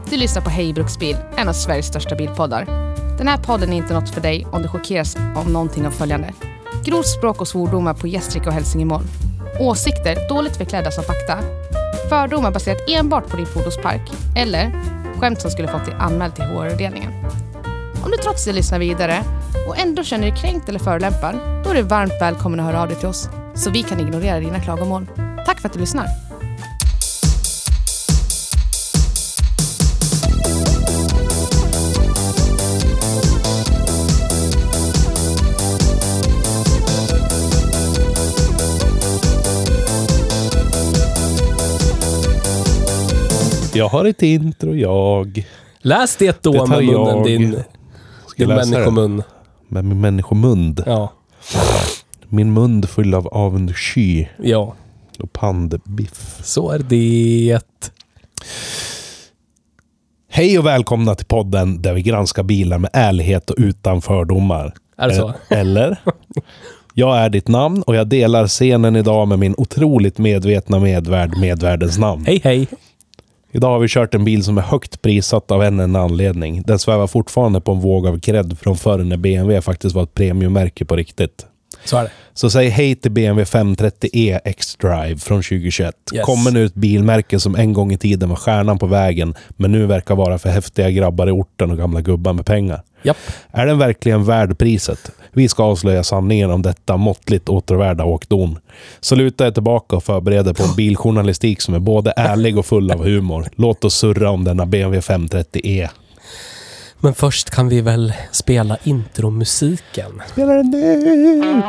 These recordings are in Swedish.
Du lyssnar på Hej Bruksbil, en av Sveriges största bilpoddar. Den här podden är inte något för dig om du chockeras av någonting av följande. Grovt språk och svordomar på Gästrike och Hälsingemål. Åsikter dåligt förklädda som fakta. Fördomar baserat enbart på din fordonspark. Eller skämt som skulle fått dig anmäld till HR-avdelningen. Om du trots det lyssnar vidare och ändå känner dig kränkt eller förolämpad, då är du varmt välkommen att höra av dig till oss så vi kan ignorera dina klagomål. Tack för att du lyssnar. Jag har ett intro, jag. Läs det då med munnen, din människomun. Med min människomund. Ja. Min mund full av avundsky. Ja. Och pandbiff. Så är det. Hej och välkomna till podden där vi granskar bilar med ärlighet och utan fördomar. Är det så? Eller? Jag är ditt namn och jag delar scenen idag med min otroligt medvetna medvärdens namn. Hej, hej. Idag har vi kört en bil som är högt prissatt av en anledning. Den svävar fortfarande på en våg av cred från förr när BMW faktiskt var ett premiummärke på riktigt. Så är det. Så säg hej till BMW 530e X-Drive från 2021. Yes. Kommer nu ett bilmärke som en gång i tiden var stjärnan på vägen, men nu verkar vara för häftiga grabbar i orten och gamla gubbar med pengar. Japp. Är den verkligen värd priset? Vi ska avslöja sanningen om detta måttligt återvärda åkdon. Så luta er tillbaka och förbereda på en biljournalistik som är både ärlig och full av humor. Låt oss surra om denna BMW 530e. Men först kan vi väl spela intromusiken. Spela den nu!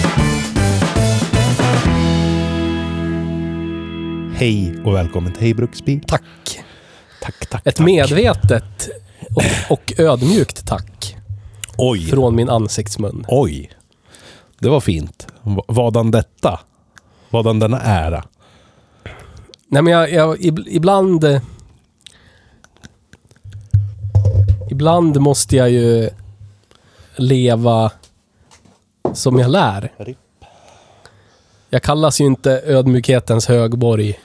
Hej och välkommen till Hej Bruksbil. Tack. Tack. Ett medvetet och ödmjukt tack. Oj. Från min ansiktsmun. Oj. Det var fint. Vadan detta? Vadan denna ära? Nej, men jag ibland måste jag ju leva som jag lär. Jag kallas ju inte ödmjukhetens högborg.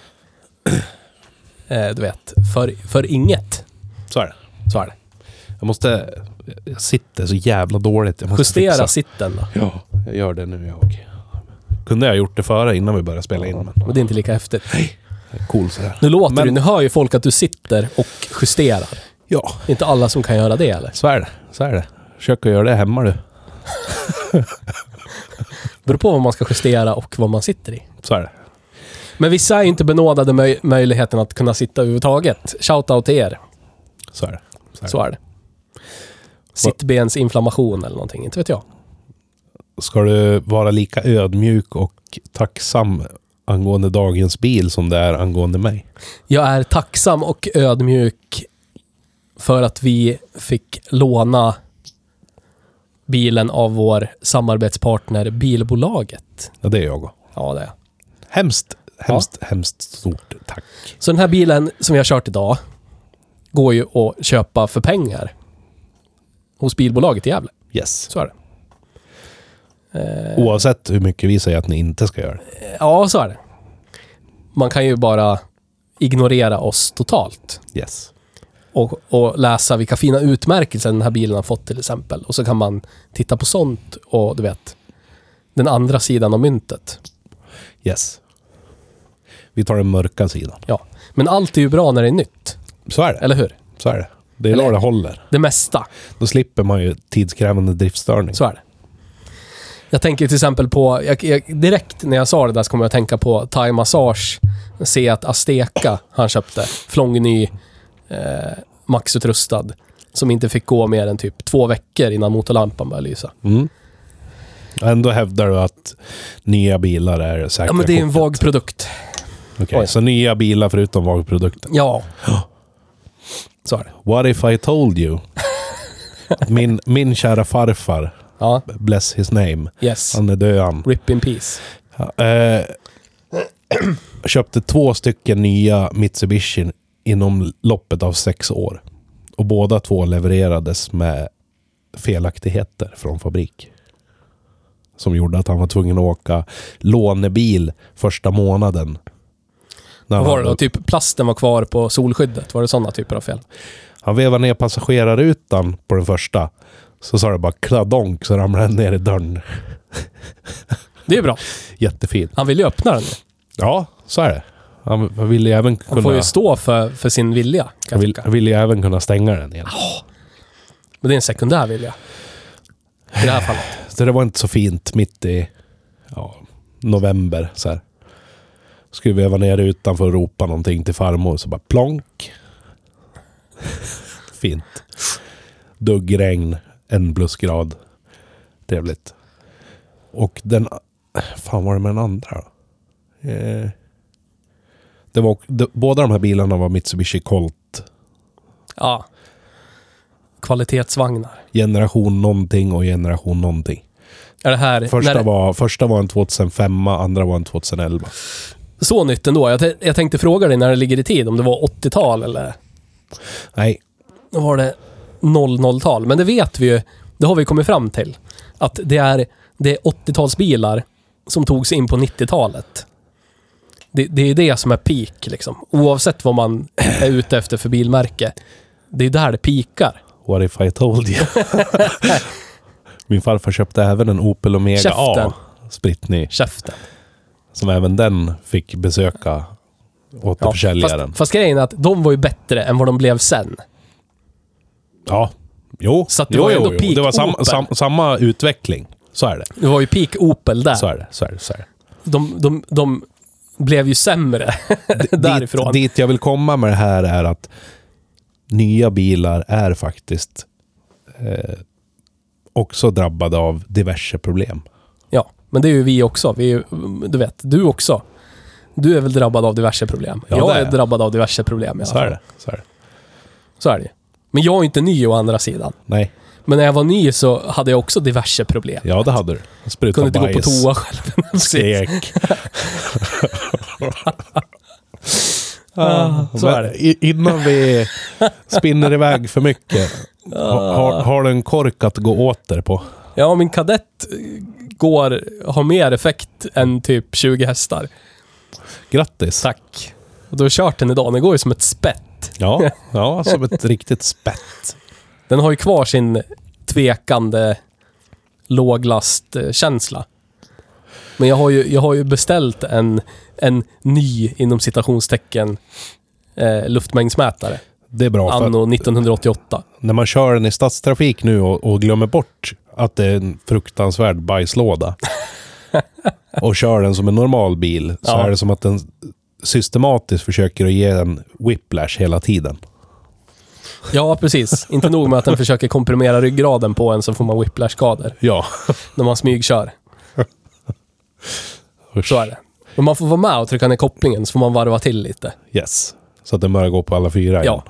Du vet, för inget. Så är det. Så är det. Jag sitter så jävla dåligt. Jag måste justera fixa. sitten då. Ja, jag gör det nu jag. Kunde jag gjort det före innan vi började spela in. Men det är inte lika häftigt. Nej, cool så här. Nu låter du, nu hör ju folk att du sitter och justerar. Ja. Det är inte alla som kan göra det, eller? Så är det. Försök att göra det hemma du. Beror på vad man ska justera och vad man sitter i. Så är det. Men vissa är inte benådade möjligheten att kunna sitta överhuvudtaget. Shoutout till er. Så är det. Så är det. Sittbensinflammation eller någonting, inte vet jag. Ska du vara lika ödmjuk och tacksam angående dagens bil som det är angående mig? Jag är tacksam och ödmjuk för att vi fick låna bilen av vår samarbetspartner Bilbolaget. Ja, det är jag. Ja, det är. Hemskt stort tack. Så den här bilen som vi har kört idag går ju att köpa för pengar hos Bilbolaget i Gävle. Yes. Så är det. Oavsett hur mycket vi säger att ni inte ska göra det. Ja, så är det. Man kan ju bara ignorera oss totalt. Yes. Och läsa vilka fina utmärkelser den här bilen har fått till exempel. Och så kan man titta på sånt och du vet, den andra sidan av myntet. Yes. Vi tar den mörka sidan. Ja, men allt är ju bra när det är nytt. Så är det. Eller hur? Så är det. Det är då det håller. Det mesta. Då slipper man ju tidskrävande driftstörning. Så är det. Jag tänker till exempel på, direkt när jag sa det där så kommer jag att tänka på Thai Massage Seat Azteca han köpte. Flångny maxutrustad. Som inte fick gå mer än typ 2 veckor innan motorlampan började lysa. Mm. Ändå hävdar du att nya bilar är säkra. Ja, men det är en vag produkt. Okej, så nya bilar förutom vagprodukten. Ja. Så är det. What if I told you? min kära farfar. Ja. Bless his name. Yes. Han är död. Rip in peace. Köpte 2 stycken nya Mitsubishi inom loppet av 6 år. Och båda 2 levererades med felaktigheter från fabrik. Som gjorde att han var tvungen att åka lånebil första månaden. Vad var det då? Typ plasten var kvar på solskyddet. Var det sådana typer av fel? Han vevade ner passagerarrutan på den första. Så sa det bara kladonk så ramlade den ner i dörren. Det är bra. Jättefin. Han vill ju öppna den. Ja, så är det. Han ville ju även kunna... Han får ju stå för sin vilja. Han ville ju även kunna stänga den igen. Men det är en sekundär vilja. I det här fallet. Så det var inte så fint mitt i november så här. Skulle vi veva ner utan för att ropa någonting till farmor så bara plonk. Fint. Duggregn, 1 plusgrad. Trevligt. Och den... Fan var det med den andra då? Båda de här bilarna var Mitsubishi Colt. Ja. Kvalitetsvagnar. Generation någonting och generation någonting. Är det här... Första var en 2005, andra var en 2011. Så nytt ändå. Jag tänkte fråga dig när det ligger i tid. Om det var 80-tal eller... Nej. Då var det 00-tal. Men det vet vi ju. Det har vi kommit fram till. Att det är 80-talsbilar som tog sig in på 90-talet. Det är det som är peak liksom. Oavsett vad man är ute efter för bilmärke. Det är där det peakar. What if I told you? Min farfar köpte även en Opel Omega Käften. A. Sprittny. Käften. Som även den fick besöka återförsäljaren. Fast grejen är att de var ju bättre än vad de blev sen. Ja. Jo. Så att det var ändå peak det var samma utveckling. Så är det. Det var ju peak Opel där. Så är det. De blev ju sämre därifrån. Dit jag vill komma med det här är att nya bilar är faktiskt också drabbade av diverse problem. Ja, men det är ju vi också. Du vet, du också. Du är väl drabbad av diverse problem. Ja, jag är drabbad av diverse problem. Så är det. Så är det. Men jag är inte ny å andra sidan. Nej. Men när jag var ny så hade jag också diverse problem. Ja, det hade du. Jag kunde inte gå på toa själv. Skrek. Så är det. Innan vi spinner iväg för mycket, har du en kork att gå åter på? Ja, min kadett har mer effekt än typ 20 hästar. Grattis. Tack. Och du har kört den idag. Den går ju som ett spett. Ja, som ett riktigt spett. Den har ju kvar sin tvekande låglastkänsla. Men jag har ju beställt en ny inom citationstecken luftmängdsmätare. Det är bra. Anno 1988. När man kör den i stadstrafik nu och glömmer bort att det är en fruktansvärd bajslåda och kör den som en normal bil så är det som att den systematiskt försöker att ge en whiplash hela tiden. Ja, precis. Inte nog med att den försöker komprimera ryggraden på en så får man whiplash-skador. Ja. När man smygkör. Så är det. Men man får vara med och trycka ner kopplingen så får man varva till lite. Yes. Så att den börjar gå på alla fyra igen.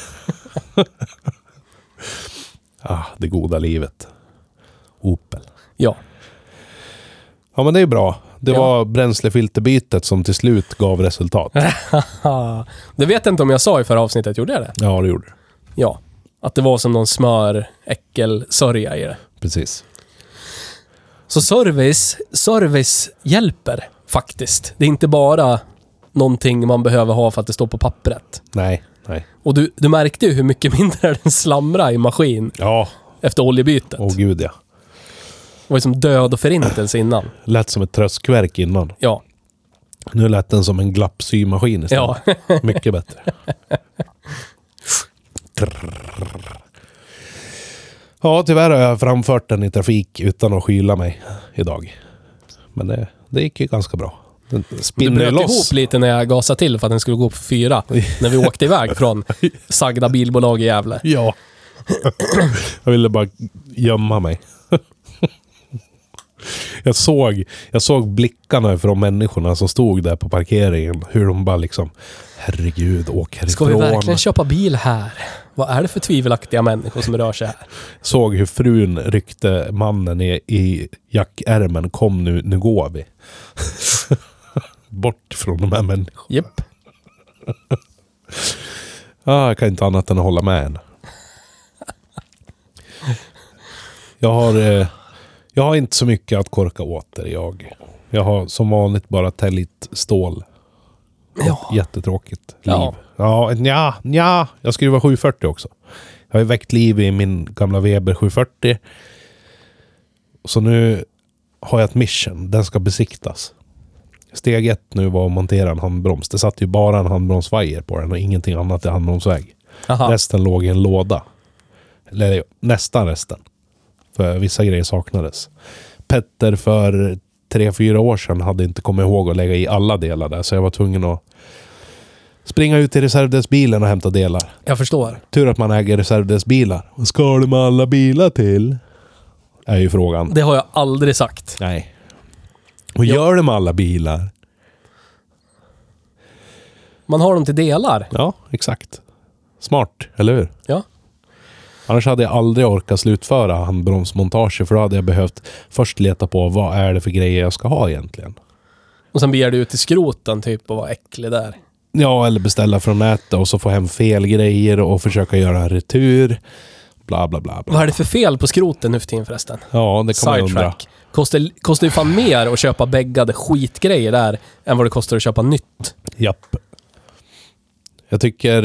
Ja. Det goda livet. Opel. Ja. Ja, men det är bra. Det var bränslefilterbytet som till slut gav resultat. Det vet jag inte om jag sa i förra avsnittet. Gjorde jag det? Ja, det gjorde du. Ja. Att det var som någon äckelsörja i det. Precis. Så service hjälper faktiskt. Det är inte bara någonting man behöver ha för att det står på pappret. Nej. Och du märkte ju hur mycket mindre den slamrade i maskin efter oljebytet. Åh gud, ja. Det var ju som död och förintelse innan. Lät som ett tröskverk innan. Ja. Nu lät den som en glappsymaskin istället. Ja. Mycket bättre. Ja, tyvärr har jag framfört den i trafik utan att skyla mig idag. Men det gick ju ganska bra. Den spinner bröt loss. Ihop lite när jag gasade till för att den skulle gå på 4 när vi åkte iväg från sagda bilbolag i Gävle. Ja. Jag ville bara gömma mig. Jag såg blickarna från människorna som stod där på parkeringen. Hur de bara liksom, herregud, åk härifrån. Ska vi verkligen köpa bil här? Vad är det för tvivelaktiga människor som rör sig här? Såg hur frun ryckte mannen i jackärmen. Kom nu går vi. Bort från de här människorna. Japp. Jag kan inte annat än att hålla med en. Jag har inte så mycket att korka åter. Jag har som vanligt bara tällit stål Ja. Jättetråkigt liv. Ja. Ja, jag skruvar 740 också. Jag har ju väckt liv i min gamla Weber 740. Så nu har jag ett mission. Den ska besiktas. Steg 1 nu var att montera en handbroms. Det satt ju bara en handbromsvajer på den och ingenting annat i handbromsväg. Aha. Resten låg i en låda. Eller nästan resten. För vissa grejer saknades. Petter för 3-4 år sedan hade inte kommit ihåg att lägga i alla delar där. Så jag var tvungen att springa ut till reservdelsbilen och hämta delar. Jag förstår. Tur att man äger reservdelsbilar. Vad ska du med alla bilar till? Är ju frågan. Det har jag aldrig sagt. Nej. Och gör det med alla bilar? Man har dem till delar. Ja, exakt. Smart, eller hur? Ja. Annars hade jag aldrig orkat slutföra handbromsmontage, för då hade jag behövt först leta på vad är det för grejer jag ska ha egentligen. Och sen begär du ut till skroten typ och var äcklig där. Ja, eller beställa från nätet och så få hem fel grejer och försöka göra en retur. Bla bla bla bla. Vad är det för fel på skroten nu för tiden förresten? Ja, det kan man undra. Sidetrack. Kostar ju fan mer att köpa bäggade skitgrejer där än vad det kostar att köpa nytt. Japp. Jag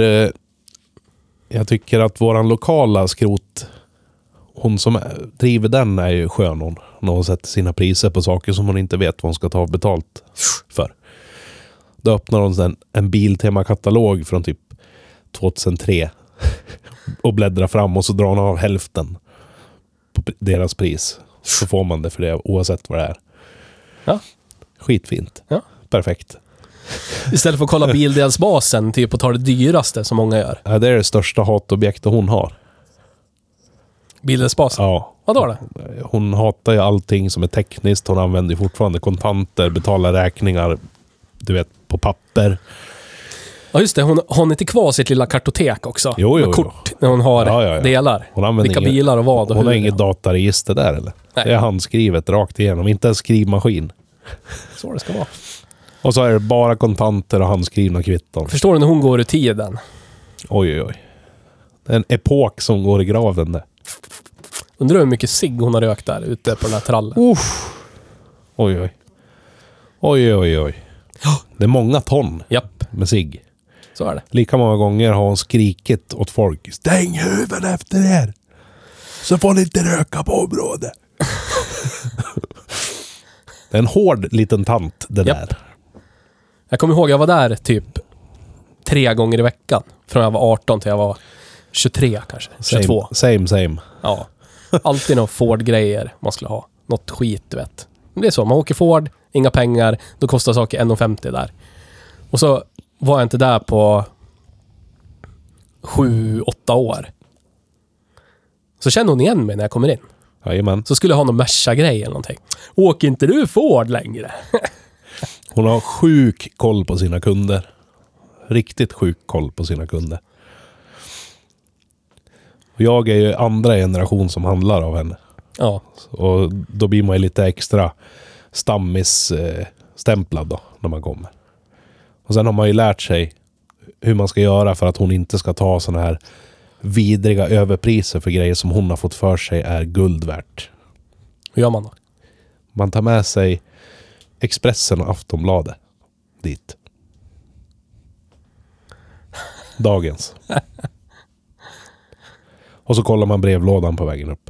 tycker att våran lokala skrot, hon som driver den är ju skön hon. När hon sätter sina priser på saker som hon inte vet vad hon ska ta betalt för. Då öppnar hon en Biltema-katalog från typ 2003 och bläddrar fram och så drar hon av hälften på deras pris. Så får man det för det oavsett vad det är. Ja. Skitfint. Ja. Perfekt. Istället för att kolla bildelsbasen typ och ta det dyraste som många gör. Ja, det är det största hatobjektet hon har. Bildelsbasen? Ja. Vad då? Hon hatar ju allting som är tekniskt. Hon använder ju fortfarande kontanter, betalar räkningar, du vet, på papper. Ja just det, hon har inte kvar sitt lilla kartotek också. Jo. Med kort när hon har delar. Hon använder vilka bilar och vad och hon hur. har inget dataregister där eller? Nej. Det är handskrivet rakt igenom, inte en skrivmaskin. Så det ska vara. Och så är det bara kontanter och handskrivna kvitton. Förstår du när hon går ur tiden? Oj. Det är en epok som går i graven där. Undrar hur mycket cigg hon har rökt där ute på den här trallen. Oj. Det är många ton. Japp, Med cigg. så är det. Lika många gånger har hon skrikit åt folk. Stäng huven efter er! Så får ni inte röka på området. Det är en hård liten tant det där. Jag kommer ihåg, jag var där typ 3 gånger i veckan. Från jag var 18 till jag var 23 kanske. 22. Same. Ja. Alltid några Ford-grejer man skulle ha. Något skit, du vet. Det är så, man åker Ford, inga pengar, då kostar saker 1,50 där. Och så var jag inte där på 7-8 år. Så kände hon igen mig när jag kommer in. Jajamän. Så skulle jag ha någon Merca-grej eller någonting. Åker inte du Ford längre? Hon har sjuk koll på sina kunder. Riktigt sjuk koll på sina kunder. Och jag är ju andra generation som handlar av henne. Ja. Och då blir man ju lite extra stammis-stämplad då, när man kommer. Och sen har man ju lärt sig hur man ska göra för att hon inte ska ta såna här vidriga överpriser för grejer som hon har fått för sig är guld värt. Hur gör man då? Man tar med sig Expressen och Aftonbladet dit. Dagens. Och så kollar man brevlådan på vägen upp.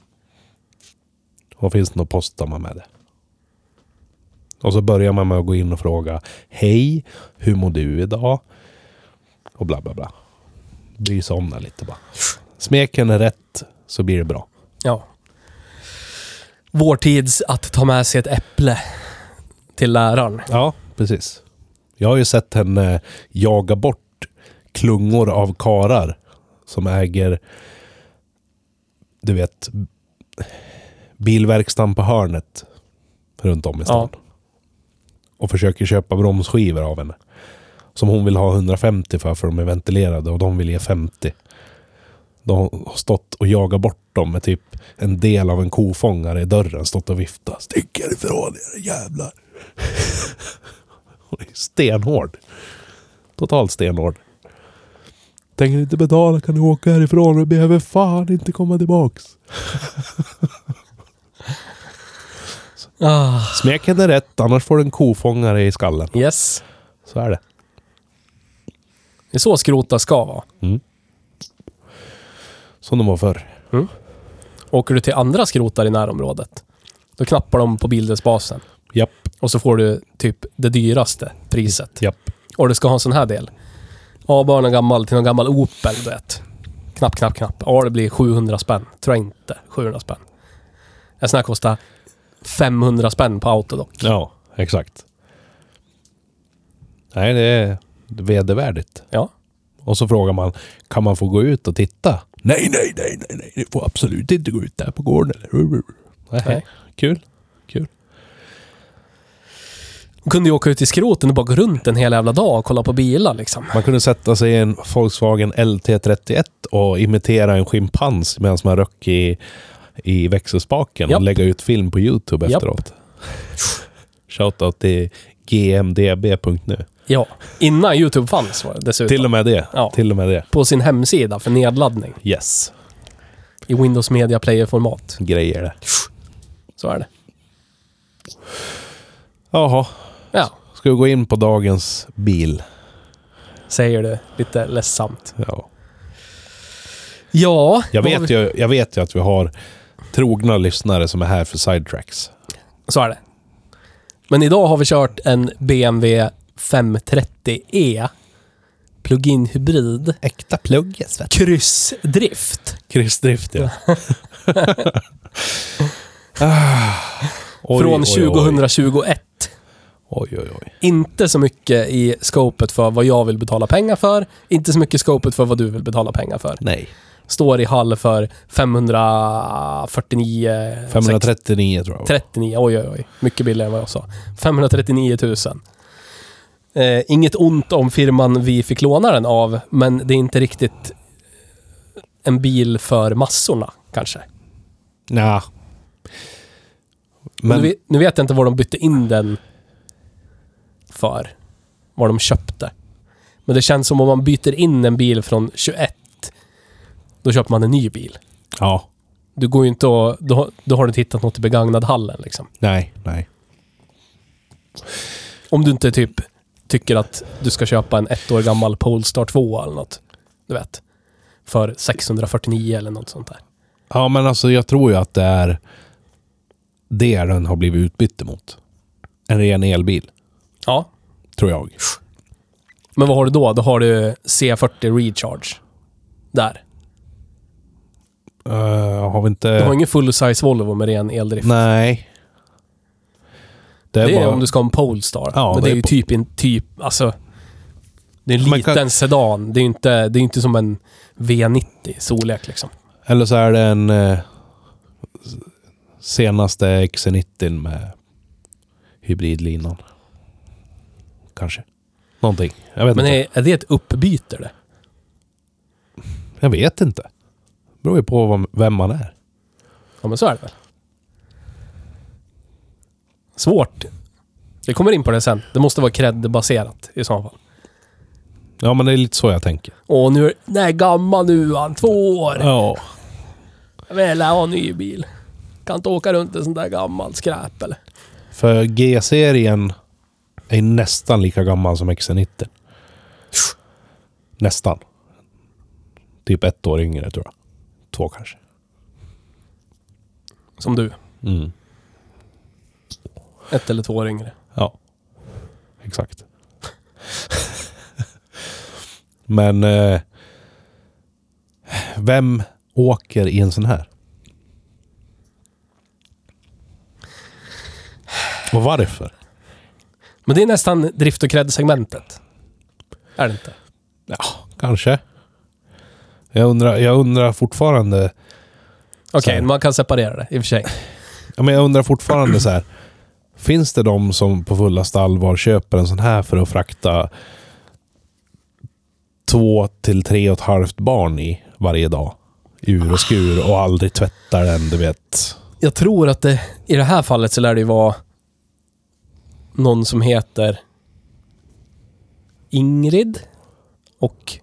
Och finns det något postar man med det. Och så börjar man med att gå in och fråga: hej, hur mår du idag? Och bla bla bla. Bry sig om det lite bara. Smeken är rätt så blir det bra. Ja. Vår tids att ta med sig ett äpple till läraren. Ja, precis. Jag har ju sett henne jaga bort klungor av karar som äger, du vet, bilverkstan på hörnet runt om i stan. Ja. Och försöker köpa bromsskivor av henne. Som hon vill ha 150 för de är ventilerade och de vill ge 50. De har stått och jagat bort dem med typ en del av en kofångare i dörren. Stått och viftat. Sticker ifrån er jävlar. Hon är stenhård. Totalt stenhård. Tänker inte betala, kan du åka härifrån och behöver fan inte komma tillbaks. Smeken är rätt, annars får du en kofångare i skallen. Yes. Så är det. Det är så skrota ska vara. Som de var förr. Åker du till andra skrotar i närområdet, då knappar de på bildelsbasen. Japp. Och så får du typ det dyraste priset. Japp. Och du ska ha en sån här del. Ja, bara någon gammal till någon gammal Opel, du vet. Knapp. Ja, det blir 700 spänn. Tror jag inte. 700 spänn. En sån här kostar 500 spänn på Autodoc. Ja, exakt. Nej, det är vedervärdigt. Ja. Och så frågar man, kan man få gå ut och titta? Nej. Det får absolut inte gå ut där på gården. Nej. Kul. Man kunde ju åka ut i skroten och bara gå runt en hel jävla dag och kolla på bilar liksom. Man kunde sätta sig i en Volkswagen LT31 och imitera en schimpans medan man röck i växelspaken och lägga ut film på YouTube efteråt. Shoutout till gmdb.nu. Ja, innan YouTube fanns var det dessutom. Till och med det. Ja. Till och med det. På sin hemsida för nedladdning. Yes. I Windows Media Player-format. Grejer det. Så är det. Jaha. Ja, Ska vi gå in på dagens bil? säger du lite ledsamt. Ja. Ja. Jag vet ju att vi har trogna lyssnare som är här för sidetracks. Så är det. Men idag har vi kört en BMW 530e plug-in hybrid. Äkta plugges. Kryssdrift. Kryssdrift, ja. Från 2021. Oj. Inte så mycket i scopet för vad jag vill betala pengar för. Inte så mycket scopet för vad du vill betala pengar för. Nej. Står i hall för 549... 539 tror jag. 39, oj. Mycket billigare än vad jag sa. 539 000. Inget ont om firman vi fick låna den av, men det är inte riktigt en bil för massorna, kanske. Nja. Men Nu vet jag inte vad de bytte in den för. Vad de köpte. Men det känns som om man byter in en bil från 21, då köper man en ny bil. ja. Du går ju inte och... Då har du inte hittat något i begagnad hallen liksom. Nej. Om du inte typ tycker att du ska köpa en 1 år gammal Polestar 2 eller något. Du vet. För 649 eller något sånt där. Ja, men alltså jag tror ju att det är det den har blivit utbytt emot. En ren elbil, Ja. tror jag. Men vad har du då? Då har du C40 Recharge. Där. Har vi inte... Du har ingen full-size Volvo med ren eldrift. Nej. Det är bara... om du ska ha en Polestar. Ja, men det är ju typ alltså... Det är en liten sedan. Det är inte som en V90 storlek liksom. Eller så är det en senaste XC90 med hybridlinan. Kanske. Någonting. Jag vet Men inte. är det ett uppbyte det? Jag vet inte. Det beror ju på vem man är. Ja, men så är det väl. Svårt. Vi kommer in på det sen. Det måste vara cred-baserat i så fall. Ja, men det är lite så jag tänker. Och nu är gammal nu, han 2 år. Ja. Jag vill ha en ny bil. Kan inte åka runt en sån där gammal skräp eller? För G-serien är nästan lika gammal som XC90. Nästan. Typ 1 år yngre tror jag. 2 kanske. Som du. 1 eller 2 år yngre. Ja. Exakt. Men vem åker i en sån här? Och varför? Men det är nästan drift- och cred-segmentet. Är det inte? Ja, kanske. Jag undrar fortfarande... Okej, man kan separera det i och för sig. Ja, men jag undrar fortfarande så här. Finns det de som på fullaste allvar köper en sån här för att frakta 2 till 3,5 barn i varje dag? Ur och skur och aldrig tvättar den, du vet. Jag tror att det, i det här fallet så lär det ju vara någon som heter Ingrid och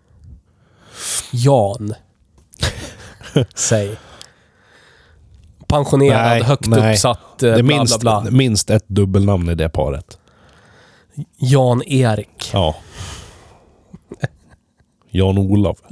Jan. Säg. Pensionerad, högt uppsatt, det är bla bla bla. minst ett dubbelnamn i det paret. Jan Erik. Ja. Jan-Olof.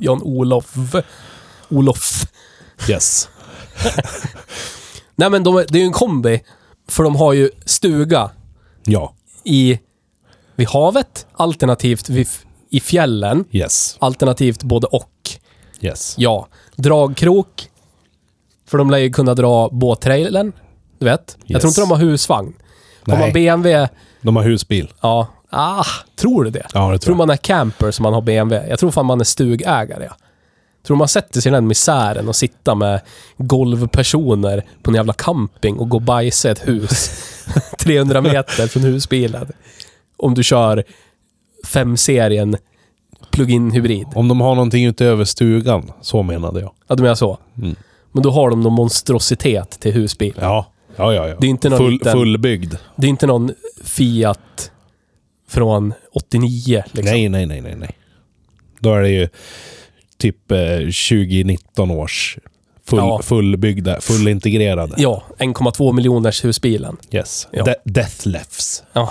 Olof. Yes. Nej, men det är ju en kombi. För de har ju stuga Ja. vid havet, alternativt i fjällen. Yes. Alternativt både och. Yes. Ja. Dragkrok. För de lär ju kunna dra båttrailen. Du vet. Jag tror inte de har husvagn. Har man BMW... De har husbil. Ja. Tror du det? Ja, det tror man är camper som man har BMW. Jag tror fan man är stugägare, ja. Tror man sätter sig i den misären och sitta med golvpersoner på en jävla camping och gå och bajsa i ett hus 300 meter från husbilen. Om du kör 5-serien plug-in hybrid. Om de har någonting utöver stugan, så menade jag. Ja, du menar så. Mm. Men då har de någon monstrositet till husbil. Ja. Det är inte någon fullbyggd. Det är inte någon Fiat från 89 liksom. Nej. Då är det ju typ 2019 års fullbyggda, fullintegrerade. Ja, 1,2 miljoners husbilen. Yes. Ja. Deathlefs. Ja.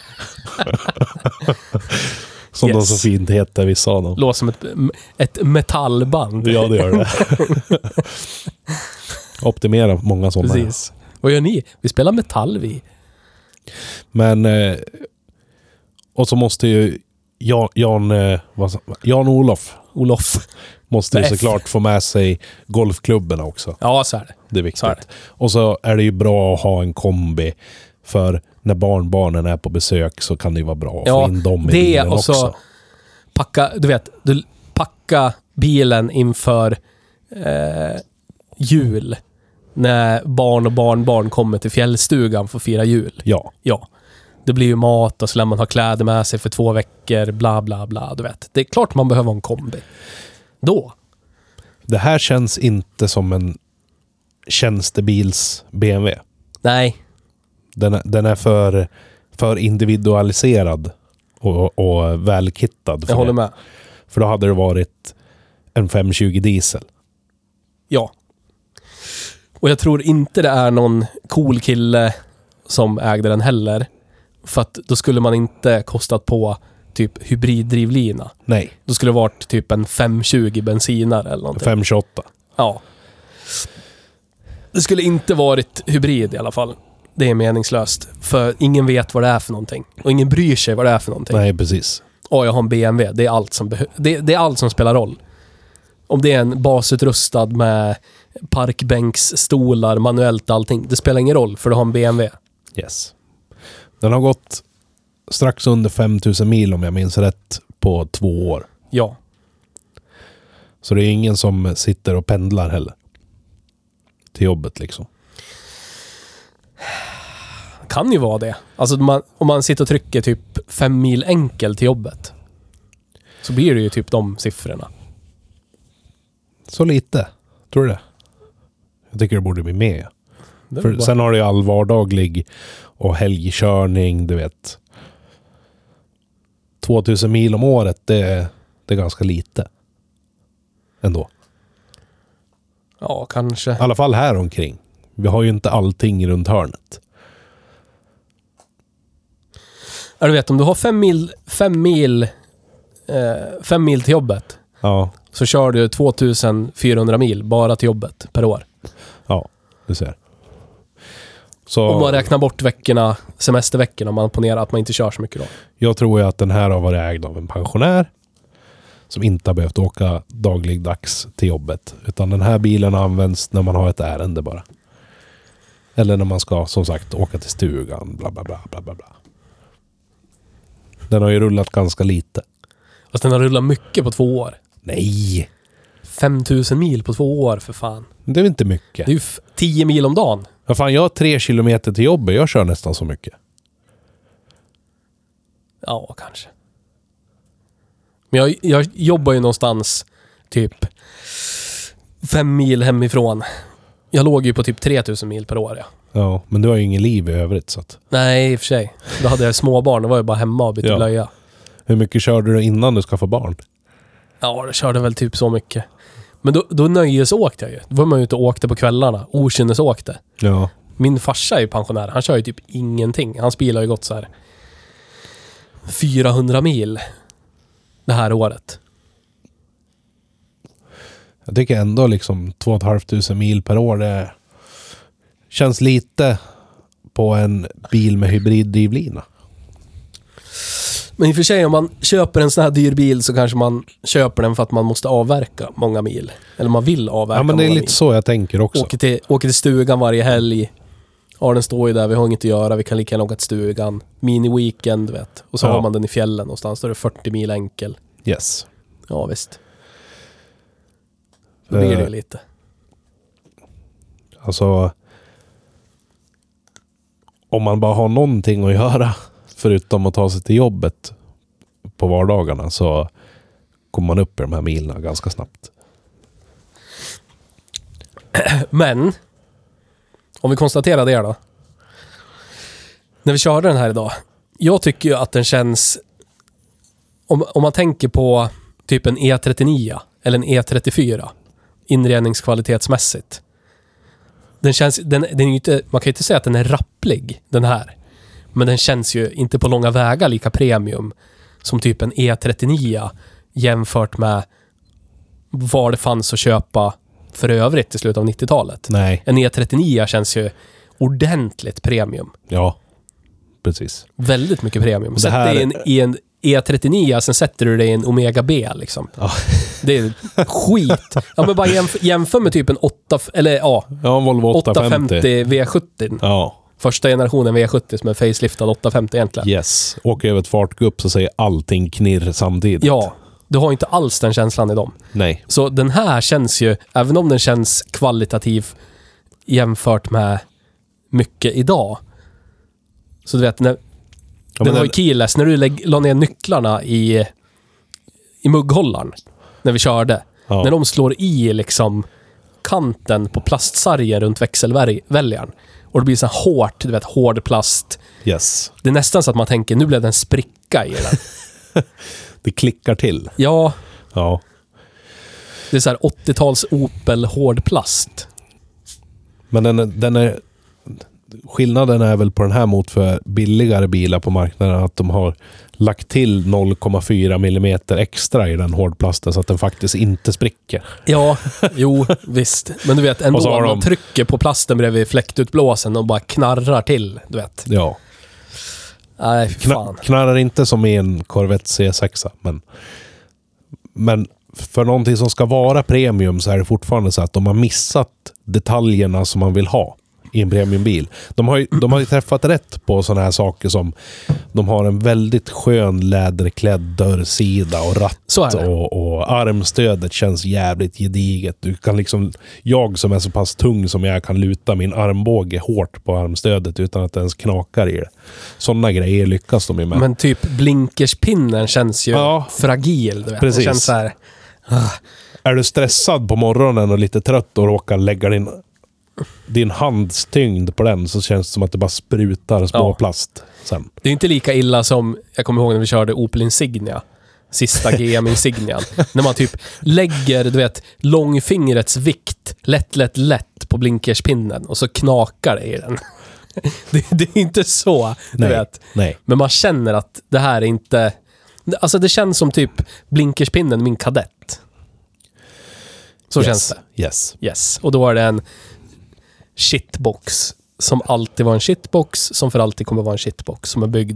Som de så fint heter, vissa av dem. Låter som ett metallband. Ja, det gör det. Optimera många sådana. Precis. Vad gör ni? Vi spelar metall, vi. Men och så måste ju Jan-Olof måste ju såklart få med sig golfklubborna också. Ja, så är det. Det är viktigt. Och så är det ju bra att ha en kombi, för när barnbarnen är på besök så kan det ju vara bra att få in dem i bilen och också. Så packa bilen inför jul. När barn och barnbarn kommer till fjällstugan för att fira jul. Ja. Det blir ju mat och så lär man ha kläder med sig för 2 veckor, bla bla bla, du vet. Det är klart man behöver en kombi. Då. Det här känns inte som en tjänstebils BMW. Nej. Den är för individualiserad och välkittad. Jag håller med. För då hade det varit en 520 diesel. Ja. Och jag tror inte det är någon cool kille som ägde den heller. För att då skulle man inte kostat på typ hybriddrivlina. Nej. Då skulle det varit typ en 520 bensinare eller någonting. 528. Ja. Det skulle inte varit hybrid i alla fall. Det är meningslöst. För ingen vet vad det är för någonting. Och ingen bryr sig vad det är för någonting. Nej, precis. Jag har en BMW. Det är allt som det är allt som spelar roll. Om det är en basutrustad med parkbänksstolar, manuellt allting. Det spelar ingen roll för du har en BMW. Yes. Den har gått strax under 5000 mil om jag minns rätt på 2 år. Ja. Så det är ingen som sitter och pendlar heller. Till jobbet liksom. Kan ju vara det. Alltså om man sitter och trycker typ 5 mil enkel till jobbet. Så blir det ju typ de siffrorna. Så lite. Tror du det? Jag tycker det borde bli med. För bara... Sen har det ju all vardaglig och helgkörning, du vet. 2000 mil om året, det är ganska lite. Ändå. Ja, kanske. I alla fall här omkring. Vi har ju inte allting runt hörnet. Ja, du vet, om du har 5 mil till jobbet. Ja. Så kör du 2400 mil bara till jobbet per år. Ja, du ser. Så om man räknar bort veckorna, semesterveckorna, om man ponerar att man inte kör så mycket då. Jag tror ju att den här har varit ägd av en pensionär som inte har behövt åka dagligdags till jobbet. Utan den här bilen används när man har ett ärende bara. Eller när man ska, som sagt, åka till stugan, bla bla bla bla bla bla. Den har ju rullat ganska lite. Fast den har rullat mycket på 2 år. Nej! 5000 mil på 2 år, för fan. Det är inte mycket. Det är ju 10 mil om dagen. Ja, fan, jag har 3 kilometer till jobbet. Jag kör nästan så mycket. Ja, kanske. Men jag jobbar ju någonstans typ 5 mil hemifrån. Jag låg ju på typ 3000 mil per år, ja. Ja, men du har ju ingen liv i övrigt så att... Nej, i och för sig. Då hade jag småbarn. Då var jag bara hemma och bytte blöja. Hur mycket körde du innan du skaffade barn? Ja, jag körde väl typ så mycket. Men då nöjesåkte jag ju. Då var man ju ute och åkte på kvällarna. Okynnesåkte. Ja. Min farsa är ju pensionär. Han kör ju typ ingenting. Hans bil har ju gått så här 400 mil det här året. Jag tycker ändå liksom 2 500 mil per år, det känns lite på en bil med hybriddrivlina. Men i och för sig, om man köper en sån här dyr bil så kanske man köper den för att man måste avverka många mil. Eller man vill avverka. Ja, men det är många lite mil. så jag tänker också. Åker till stugan varje helg. Ja, den står ju där, vi har inget att göra, vi kan lika gärna åka till stugan. Mini-weekend, vet. Och så har man den i fjällen någonstans, då är det 40 mil enkel. Yes. Ja, visst. Då blir det lite. Alltså, om man bara har någonting att göra förutom att ta sig till jobbet på vardagarna, så kommer man upp i de här milerna ganska snabbt. Men om vi konstaterar det då. När vi körde den här idag. Jag tycker ju att den känns, om man tänker på typ en E39 eller en E34 inredningskvalitetsmässigt. Den känns, den är ju inte, man kan ju inte säga att den är rapplig, den här. Men den känns ju inte på långa vägar lika premium som typ en E39 jämfört med vad det fanns att köpa för övrigt i slutet av 90-talet. Nej. En E39 känns ju ordentligt premium. Ja, precis. Väldigt mycket premium. Sätt här... dig i en E39, sen sätter du dig i en Omega B liksom. Ja. Det är skit. Ja, men bara jämför med typ en 8, eller ja, Volvo 850 V70. Ja. Första generationen V70 som är faceliftad 850 egentligen. Yes. Åker över ett fartgupp så säger allting knirr samtidigt. Ja, du har inte alls den känslan i dem. Nej. Så den här känns ju, även om den känns kvalitativ jämfört med mycket idag. Så du vet, när den var ju keyless, när du la ner nycklarna i mugghållaren när vi körde. Ja. När de slår i liksom kanten på plastsargen runt växelväljaren. Och det blir så här hårt, du vet, hård plast. Yes. Det är nästan så att man tänker, nu blev det en spricka i den. Det klickar till. Ja, Ja. det är så här 80-tals Opel hård plast. Men den är... Skillnaden är väl på den här mot för billigare bilar på marknaden att de har lagt till 0,4 millimeter extra i den hårdplasten så att den faktiskt inte spricker. Ja, jo, visst. Men du vet, ändå Och så har man de- trycker på plasten bredvid fläktutblåsen och bara knarrar till, du vet. Ja. Nej, fan. Knarrar inte som i en Corvette C6. Men för någonting som ska vara premium så är det fortfarande så att de har missat detaljerna som man vill ha i en premiumbil. De har ju träffat rätt på sådana här saker som de har en väldigt skön läderklädd dörrsida och ratt Så är det. och armstödet känns jävligt gediget. Du kan liksom, jag som är så pass tung som jag kan luta min armbåge hårt på armstödet utan att det ens knakar i det. Sådana grejer lyckas de ju med. Men typ blinkerspinnen känns ju Ja. fragil, du vet. Precis. Det känns så här. Är du stressad på morgonen och lite trött och råkar lägga din handstyngd på den så känns det som att det bara sprutar småplast sen. Det är inte lika illa som, jag kommer ihåg när vi körde Opel Insignia. Sista GM Insignian. När man typ lägger, du vet, långfingrets vikt lätt på blinkerspinnen och så knakar det i den. Det är inte så, du vet. Nej. Men man känner att det här är inte... Alltså det känns som typ blinkerspinnen min Kadett. Så Yes. känns det. Yes. Och då är det en shitbox som alltid var en shitbox, som för alltid kommer vara en shitbox, som är byggd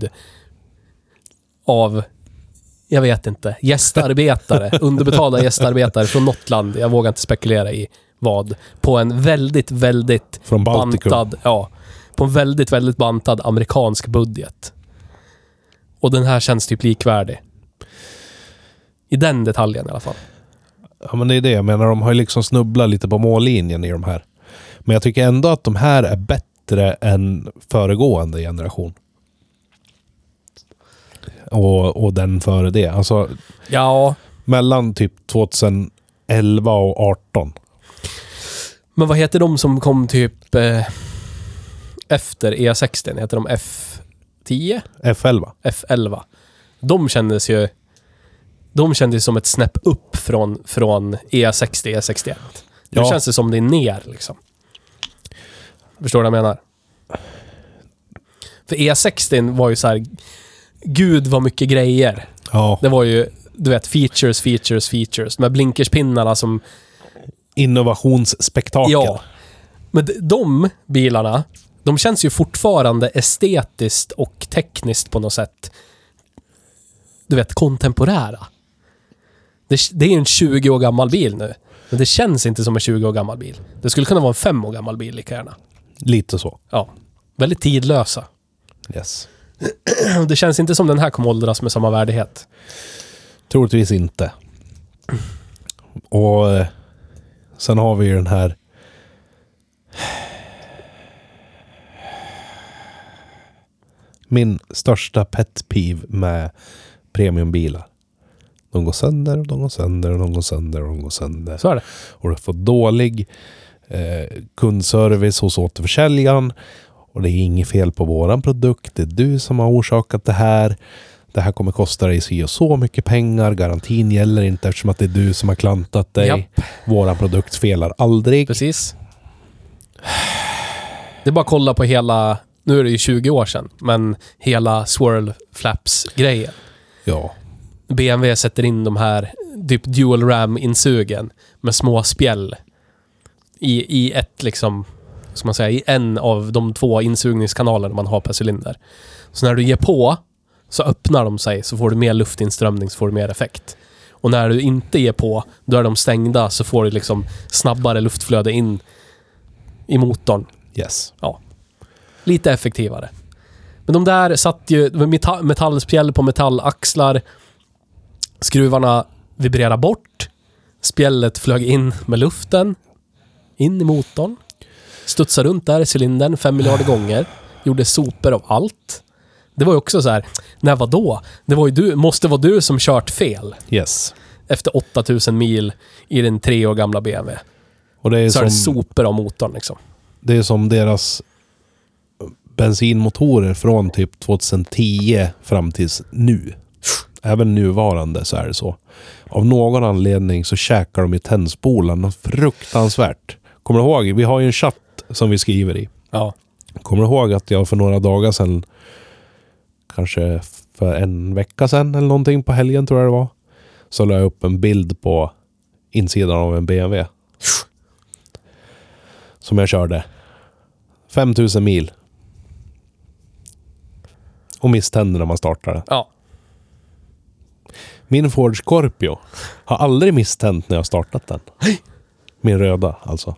av, jag vet inte, gästarbetare, underbetalda gästarbetare från något land. Jag vågar inte spekulera i vad. På en väldigt Från Baltikum. bantad, på en väldigt bantad amerikansk budget. Och den här känns typ likvärdig. I den detaljen i alla fall. Ja, men det är det. Jag menar, de har ju liksom snubblat lite på mållinjen i de här. Men jag tycker ändå att de här är bättre än föregående generation. Och den före det. Alltså, Ja, mellan typ 2011 och 18. men vad heter de som kom typ efter E60? Heter de F10? F11. F11. De kändes som ett snäpp upp från E60, E61. Nu Ja. känns det som det är ner liksom. Förstår du vad jag menar? För E60 var ju så här, gud vad mycket grejer. Ja. Det var ju, du vet, features. Med blinkerspinnarna som innovationsspektakel. Ja. Men de bilarna, de känns ju fortfarande estetiskt och tekniskt på något sätt, du vet, kontemporära. Det är en 20 år gammal bil nu. Men det känns inte som en 20 år gammal bil. Det skulle kunna vara en 5 år gammal bil lika gärna. Lite så. Ja. Väldigt tidlösa. Yes. Det känns inte som den här kommer åldras med samma värdighet. Troligtvis inte. Och sen har vi ju den här min största pet peeve med premiumbilar. De går sönder, de går sönder, de går sönder, de går sönder. Så är det. Och du får dålig kundservice hos återförsäljaren. Och det är inget fel på våran produkt. Det är du som har orsakat det här. Det här kommer kosta dig så mycket pengar. Garantin gäller inte eftersom att det är du som har klantat dig. Japp. Våran produkt felar aldrig. Precis. Det är bara att kolla på hela, nu är det ju 20 år sedan, men hela swirl flaps-grejen. Ja. BMW sätter in de här typ dual ram-insugen med små spjäll i ett liksom, ska man säga, i en av de 2 insugningskanalerna man har per cylinder. Så när du ger på så öppnar de sig, så får du mer luftinströmning, så får du mer effekt. Och när du inte ger på, då är de stängda, så får du liksom snabbare luftflöde in i motorn. Yes. Ja. Lite effektivare. Men de där satt ju metallspjäll på metallaxlar. Skruvarna vibrerade bort. Spjället flög in med luften. In i motorn. Studsade runt där i cylindern 5 miljarder gånger. Gjorde sopor av allt. Det var ju också så här, när vadå? Det var ju måste vara du som kört fel. Yes. Efter 8000 mil i den 3 år gamla BMW. Och det är så som, är det sopor av motorn liksom. Det är som deras bensinmotorer från typ 2010 fram tills nu. Även nuvarande så är det så. Av någon anledning så käkar de i tändspolan något fruktansvärt. Kommer du ihåg? Vi har ju en chatt som vi skriver i. Ja. Kommer du ihåg att jag för några dagar sedan, kanske för en vecka sedan eller någonting på helgen tror jag det var, så la jag upp en bild på insidan av en BMW. Som jag körde 5000 mil. Och misständer när man startade. Ja. Min Ford Scorpio har aldrig misstänt när jag startat den. Min röda alltså.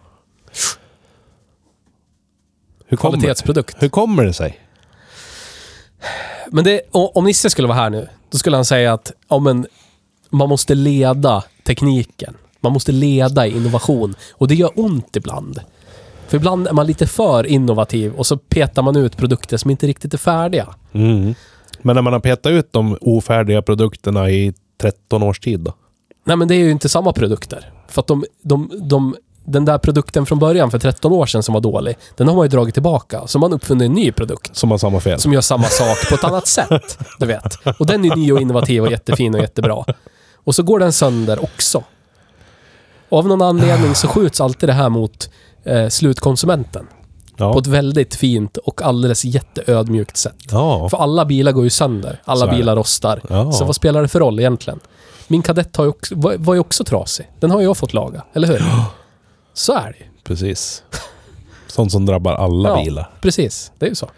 Kvalitetsprodukt. Hur kommer det sig? Men det, om Nisse skulle vara här nu, då skulle han säga att men man måste leda tekniken. Man måste leda innovation. Och det gör ont ibland. För ibland är man lite för innovativ och så petar man ut produkter som inte riktigt är färdiga. Mm. Men när man har petat ut de ofärdiga produkterna i 13 års tid då? Nej, men det är ju inte samma produkter. För att den där produkten från början för 13 år sedan som var dålig, den har man ju dragit tillbaka. Så man uppfunnit en ny produkt. Som har samma fel. Som gör samma sak på ett annat sätt, du vet. Och den är ny och innovativ och jättefin och jättebra. Och så går den sönder också. Och av någon anledning så skjuts alltid det här mot slutkonsumenten. Ja. På ett väldigt fint och alldeles jätteödmjukt sätt. Ja. För alla bilar går ju sönder. Alla bilar rostar. Ja. Så vad spelar det för roll egentligen? Min Kadett var ju också trasig. Den har jag fått laga, eller hur? Så är det ju. Precis. Sånt som drabbar alla bilar. Precis. Det är ju så.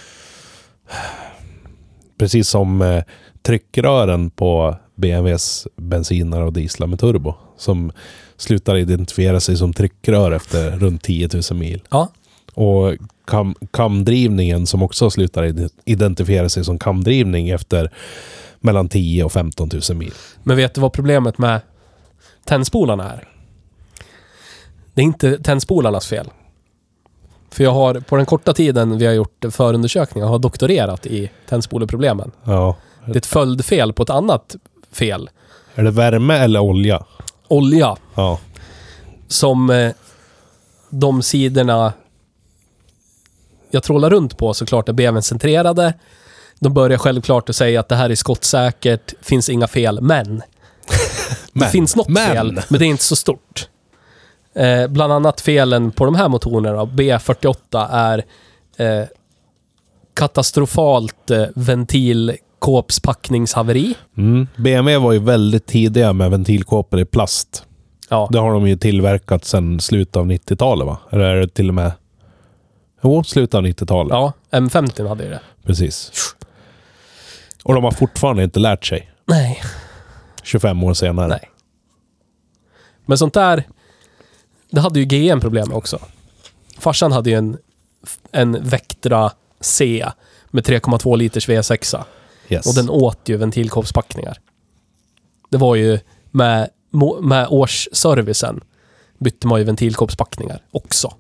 Precis som tryckrören på BMWs bensinar och dieslar med turbo. Som slutar identifiera sig som tryckrör efter runt 10 000 mil. Ja. Och kamdrivningen som också slutar identifiera sig som kamdrivning efter mellan 10 och 15 000 mil. Men vet du vad problemet med tändspolarna är? Det är inte tändspolarnas fel. För jag har på den korta tiden vi har gjort förundersökningar har doktorerat i tändspoleproblemen. Ja. Det är ett följdfel på ett annat fel. Är det värme eller olja? Olja. Ja. Som de sidorna jag trollar runt på såklart är BMW:n centrerade. De börjar självklart att säga att det här är skottsäkert, finns inga fel, men det finns något fel, men det är inte så stort. Bland annat felen på de här motorerna, B48, är katastrofalt ventilkåpspackningshaveri. BMW var ju väldigt tidiga med ventilkåpor i plast. Ja. Det har de ju tillverkat sedan slutet av 90-talet, va? Eller är det till och med... Jo, slutet av 90-talet. Ja, M50 hade ju det. Precis. Och de har fortfarande inte lärt sig. Nej. 25 år senare. Nej. Men sånt där... Det hade ju GM problem med också. Farsan hade ju en Vectra C med 3,2 liters V6. Yes. Och den åt ju ventilkåpspackningar. Det var ju med årsservicen bytte man ju ventilkåpspackningar också.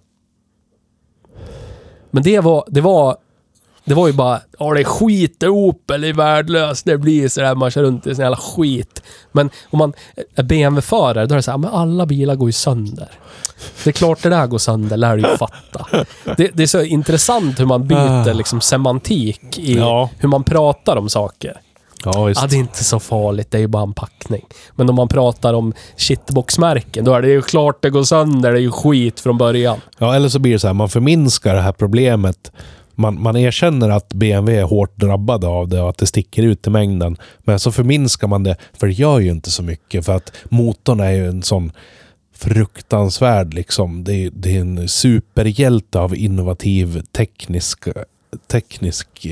Men det var ju bara, det är skit ihop eller värdelöst, det blir så där man kör runt i sån jävla skit. Men om man är BMW-förare, då är det så här, men alla bilar går ju sönder. Det är klart det där går sönder, lär du ju fatta. Det är så intressant hur man byter liksom semantik i hur man pratar om saker. Ja, visst. Det är inte så farligt, det är ju bara en packning. Men om man pratar om shitboxmärken, då är det ju klart det går sönder, det är ju skit från början. Ja, eller så blir det så här, man förminskar det här problemet. Man erkänner att BMW är hårt drabbade av det och att det sticker ut i mängden. Men så förminskar man det, för det gör ju inte så mycket. För att motorn är ju en sån fruktansvärd liksom. Det är en superhjälte av innovativ teknisk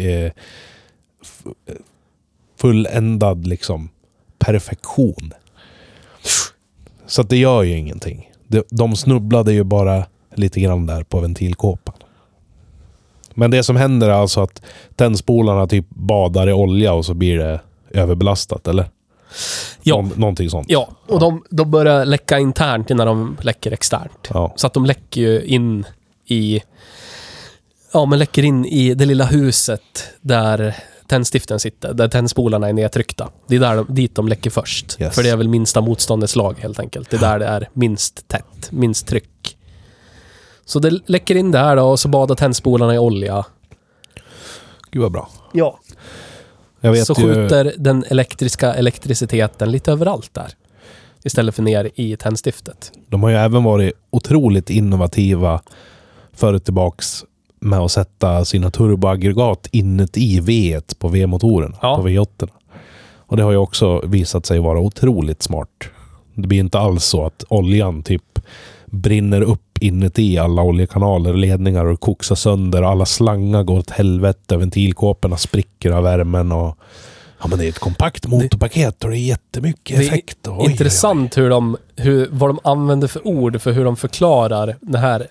fulländad liksom perfektion. Så att det gör ju ingenting. De snubblade ju bara lite grann där på ventilkåpan. Men det som händer är alltså att tändspolarna typ badar i olja och så blir det överbelastat, eller? Ja. Någonting sånt. Ja, och de börjar läcka internt innan de läcker externt. Ja. Så att de läcker ju in i... Ja, men läcker in i det lilla huset där tändstiften sitter, där tändspolarna är nedtryckta. Det är dit de läcker först. Yes. För det är väl minsta motståndets lag helt enkelt. Det är där det är minst tätt, minst tryck. Så det läcker in där då, och så badar tändspolarna i olja. Gud vad bra. Ja. Jag vet så ju... skjuter den elektriciteten lite överallt där. Istället för ner i tändstiftet. De har ju även varit otroligt innovativa förut tillbaks med att sätta sina turboaggregat inuti V1 på V-motorerna, på V8. Och det har ju också visat sig vara otroligt smart. Det blir inte alls så att oljan typ brinner upp inuti alla oljekanaler, ledningar och koksar sönder och alla slangar går åt helvete, ventilkåporna spricker av värmen och ja, men det är ett kompakt motorpaket och det är jättemycket effekt. Det är intressant vad de använder för ord för hur de förklarar det här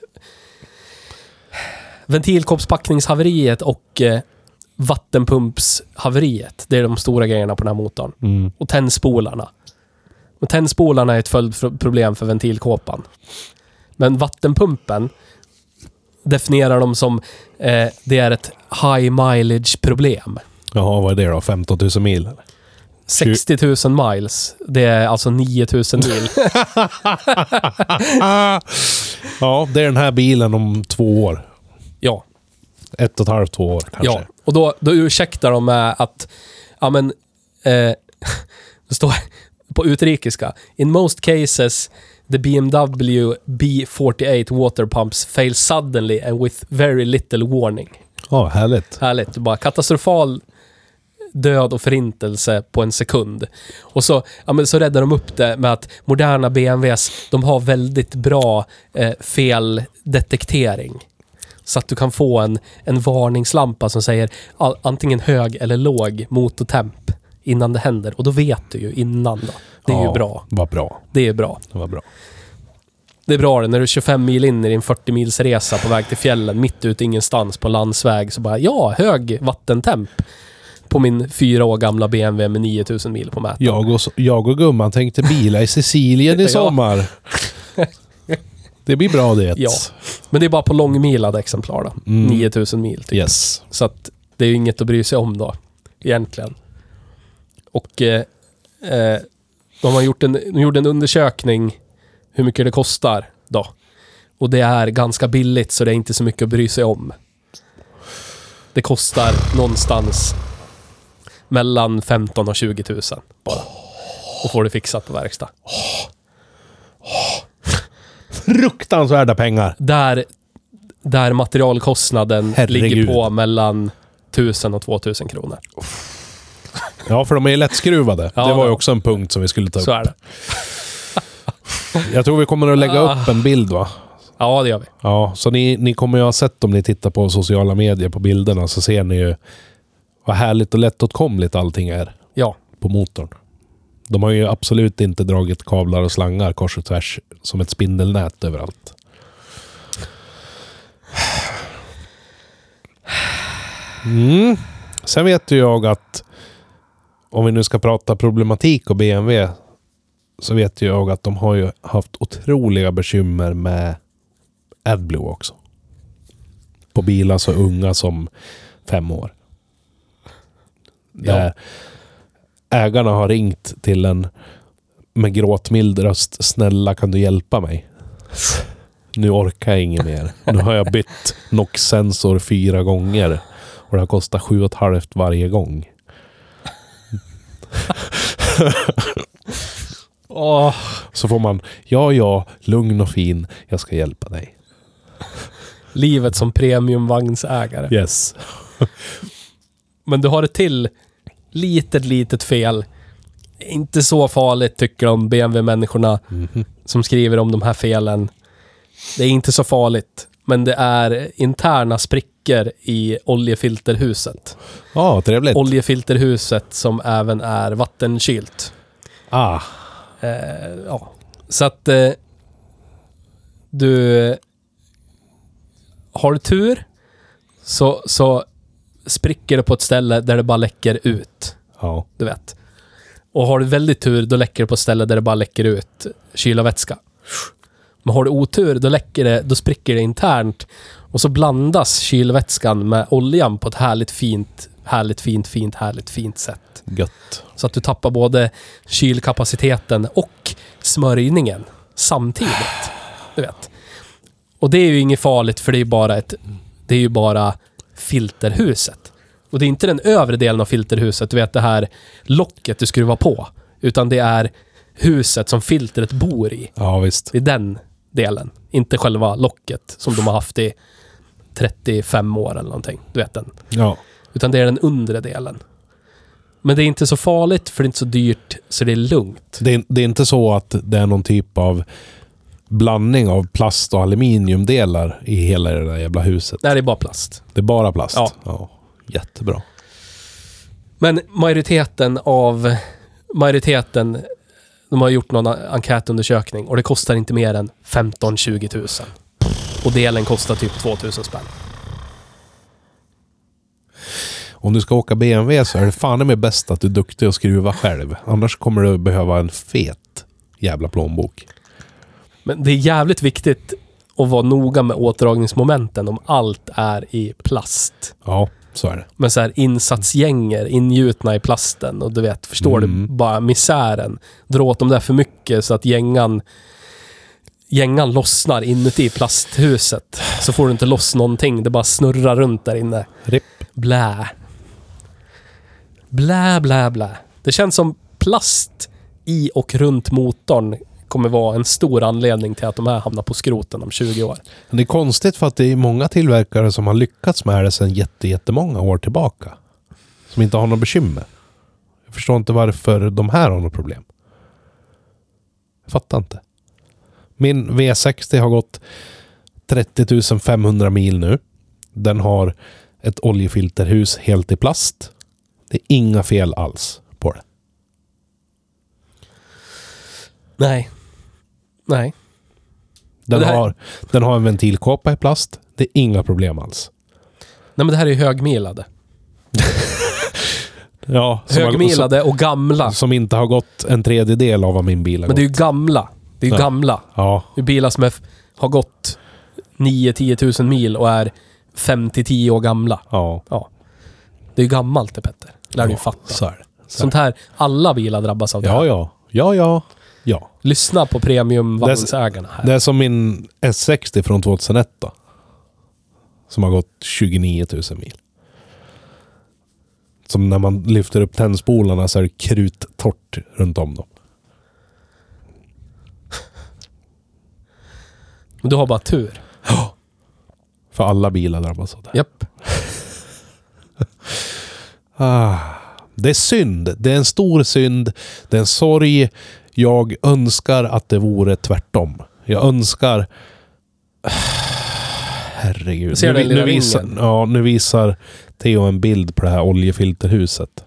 ventilkåpspackningshaveriet och vattenpumpshaveriet. Det är de stora grejerna på den här motorn. Mm. Och tändspolarna. Och tändspolarna är ett följdproblem för ventilkåpan. Men vattenpumpen definierar de som det är ett high mileage problem. Jaha, vad är det då? 15 000 mil? 60 000 miles. Det är alltså 9 000 mil. Ja, det är den här bilen om 2 år. Ja. 1,5-2 år kanske. Ja, och då ursäktar de med att ja men det står på utrikiska. In most cases the BMW B48 water pumps fail suddenly and with very little warning. Ja, härligt. Härligt. Bara katastrofal död och förintelse på en sekund. Och så, ja, men så räddar de upp det med att moderna BMWs, de har väldigt bra feldetektering. Så att du kan få en varningslampa som säger antingen hög eller låg motortemp innan det händer. Och då vet du ju innan då. Det är ju bra. Vad bra. Det är bra. Det var bra. Det är bra när du är 25 mil in i din 40 mils resa på väg till fjällen, mitt ute ingenstans på en landsväg, så bara, hög vattentemp på min 4 år gamla BMW med 9000 mil på mätaren. Jag och gumman tänkte bila i Sicilien i sommar. Det blir bra det. Ja, men det är bara på långmilade exemplar då. 9000 mil typ. Yes. Så att det är ju inget att bry sig om då, egentligen. Och de gjorde en undersökning hur mycket det kostar då. Och det är ganska billigt, så det är inte så mycket att bry sig om. Det kostar någonstans mellan 15 och 20 000 bara. Och får det fixat på verkstad. Fruktansvärda pengar. Där materialkostnaden ligger på mellan 1000 och 2000 kronor. Ja, för de är lättskruvade. Ja, det var ju också en punkt som vi skulle ta upp. Så är det. Jag tror vi kommer att lägga upp en bild, va? Ja, det gör vi. Ja, så ni kommer ju ha sett om ni tittar på sociala medier på bilderna, så ser ni ju vad härligt och lättåtkomligt allting är Ja. på motorn. De har ju absolut inte dragit kablar och slangar kors och tvärs som ett spindelnät överallt. Sen vet ju jag att om vi nu ska prata problematik och BMW, så vet ju jag att de har ju haft otroliga bekymmer med AdBlue också. På bilar så unga som 5 år. Där ägarna har ringt till en med gråtmild röst: snälla, kan du hjälpa mig? Nu orkar jag inget mer. Nu har jag bytt NOx-sensor 4 gånger och det har kostat 7,5 varje gång. Så får man, ja, lugn och fin, jag ska hjälpa dig. Livet som premiumvagnsägare. Yes. Men du har ett till litet fel. Inte så farligt, tycker de BMW-människorna som skriver om de här felen. Det är inte så farligt, men det är interna sprickor i oljefilterhuset. Ja, trevligt. Oljefilterhuset som även är vattenkylt. Ja. Så att du har tur så spricker det på ett ställe där det bara läcker ut. Ja. Du vet. Och har du väldigt tur, då läcker det på ett ställe där det bara läcker ut kyla vätska. Men har du otur, då spricker det internt och så blandas kylvätskan med oljan på ett härligt fint sätt. Gött. Så att du tappar både kylkapaciteten och smörjningen samtidigt. Du vet. Och det är ju inget farligt, för det är ju bara filterhuset. Och det är inte den övre delen av filterhuset, du vet det här locket du skruvar på, utan det är huset som filtret bor i. Ja, visst. Det är den delen, inte själva locket som de har haft i 35 år eller någonting. Du vet den. Ja. Utan det är den undre delen. Men det är inte så farligt, för det är inte så dyrt, så det är lugnt. Det är inte så att det är någon typ av blandning av plast och aluminiumdelar i hela det där jävla huset. Nej, det är bara plast. Det är bara plast? Ja. Jättebra. Men majoriteten, de har gjort någon enkätundersökning och det kostar inte mer än 15-20 000. Och delen kostar typ 2000 spänn. Om du ska åka BMW så är det fan med bäst att du är duktig och skruva själv. Annars kommer du behöva en fet jävla plånbok. Men det är jävligt viktigt att vara noga med återdragningsmomenten om allt är i plast. Ja, så är det. Men så här insatsgänger ingjutna i plasten, och du vet, förstår du bara misären. Dra åt dem där för mycket så att gängan lossnar inuti plasthuset. Så får du inte loss någonting. Det bara snurrar runt där inne. Ripp. Blä. Blä. Det känns som plast i och runt motorn kommer vara en stor anledning till att de här hamnar på skroten om 20 år. Men det är konstigt, för att det är många tillverkare som har lyckats med det sedan jättemånga år tillbaka. Som inte har några bekymmer. Jag förstår inte varför de här har något problem. Jag fattar inte. Min V60 har gått 30 500 mil nu. Den har ett oljefilterhus helt i plast. Det är inga fel alls på det. Nej. Den har en ventilkåpa i plast. Det är inga problem alls. Nej, men det här är ju högmilade. Ja, högmilade och gamla. Som inte har gått en tredjedel av vad min bil har gått. Men det är ju gamla. Det är ju gamla. Ja. Det är bilar som har gått 9-10 000 mil och är 5-10 år gamla. Ja. Det är ju gammalt det, Petter. Lär du ju fatta. Så är det. Sånt här, alla bilar drabbas av det här. Ja. Lyssna på premiumvagnsägarna här. Det är som min S60 från 2001 då. Som har gått 29 000 mil. Som när man lyfter upp tändspolarna så är det kruttorrt runt om dem. Men du har bara tur. Ja. För alla bilar drabbas av det. Japp. Det är synd. Det är en stor synd. Det är en sorg. Jag önskar att det vore tvärtom. Jag önskar... Herregud. Ser den lilla ringen? Ja, nu visar Theo en bild på det här oljefilterhuset.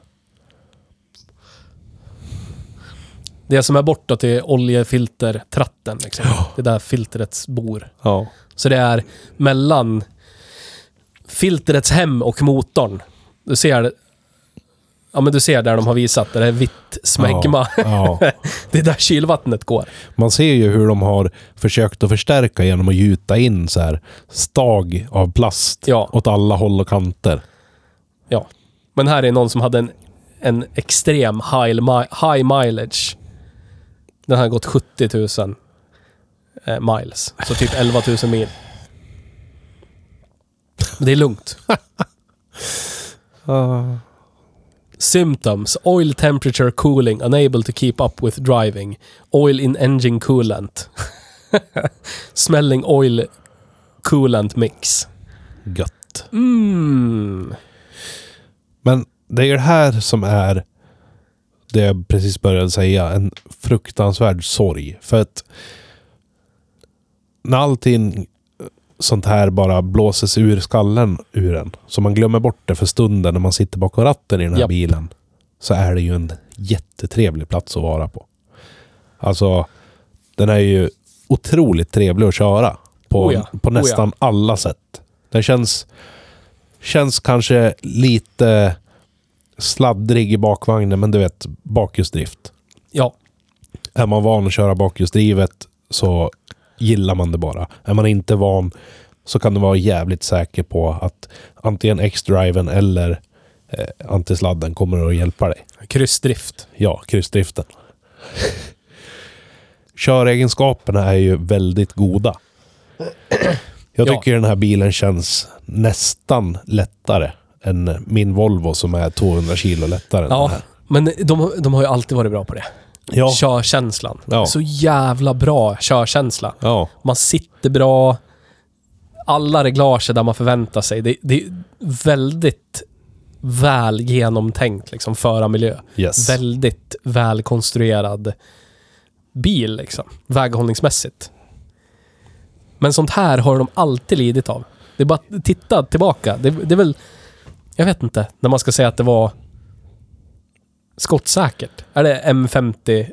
Det som är bortåt är oljefiltertratten. Liksom. Det där filtrets bor. Ja. Så det är mellan filtrets hem och motorn. Du ser... Ja, men du ser där de har visat. Det är vitt smegma. Ja. Det är där kylvattnet går. Man ser ju hur de har försökt att förstärka genom att gjuta in så här stag av plast åt alla håll och kanter. Ja. Men här är någon som hade en extrem high mileage. Den har gått 70 000 miles. Så typ 11 000 mil. Men det är lugnt. Symptoms: oil temperature cooling, unable to keep up with driving, oil in engine coolant, smelling oil coolant mix. Gött. Men det är det här som är det jag precis började säga, en fruktansvärd sorg. För att när allting sånt här bara blåses ur skallen ur en, så man glömmer bort det för stunden när man sitter bakom ratten i den här bilen, så är det ju en jättetrevlig plats att vara på. Alltså, den är ju otroligt trevlig att köra på nästan alla sätt. Den känns kanske lite sladdrig i bakvagnen, men du vet, bakhjulsdrift. Ja. Är man van att köra bakhjulsdrivet så gillar man det bara. Är man inte van så kan du vara jävligt säker på att antingen X-driven eller antisladden kommer att hjälpa dig. Kryssdrift. Ja, kryssdriften. Köregenskaperna är ju väldigt goda. Jag tycker den här bilen känns nästan lättare än min Volvo som är 200 kilo lättare än den här. Men de har ju alltid varit bra på det. Ja. Körkänslan. Ja. Så jävla bra körkänsla. Ja. Man sitter bra. Alla reglager där man förväntar sig. Det är väldigt väl genomtänkt liksom, förarmiljö. Yes. Väldigt välkonstruerad bil liksom, väghållningsmässigt. Men sånt här har de alltid lidit av. Det är bara att titta tillbaka. Det är väl, jag vet inte, när man ska säga att det var skottsäkert. Är det M50,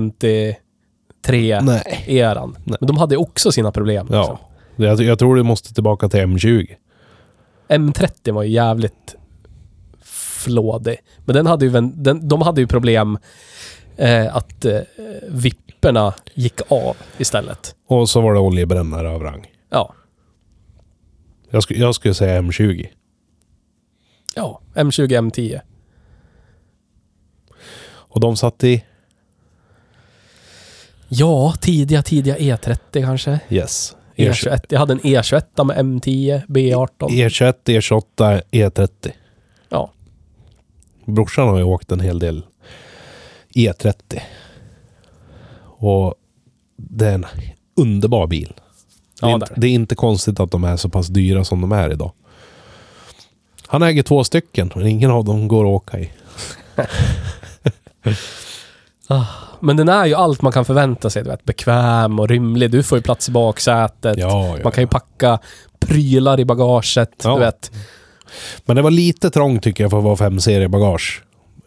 M53-eran? Men de hade också sina problem. Ja. Liksom. Jag tror du måste tillbaka till M20. M30 var ju jävligt flådig. Men den hade ju de hade ju problem att vipperna gick av istället. Och så var det oljebrännare av rang. Ja. Jag skulle säga M20. Ja, M20, M10. Och de satt i? Ja, tidiga E30 kanske. Yes. E21. Jag hade en E21 med M10, B18. E21, E28, E30. Ja. Brorsan har ju åkt en hel del E30. Och det är en underbar bil. Det är inte konstigt att de är så pass dyra som de är idag. Han äger 2 stycken och ingen av dem går att åka i. Men den är ju allt man kan förvänta sig, du vet, bekväm och rymlig. Du får ju plats i baksätet. Man kan ju packa prylar i bagaget, du vet. Men det var lite trångt tycker jag för att vara 5-serie bagage.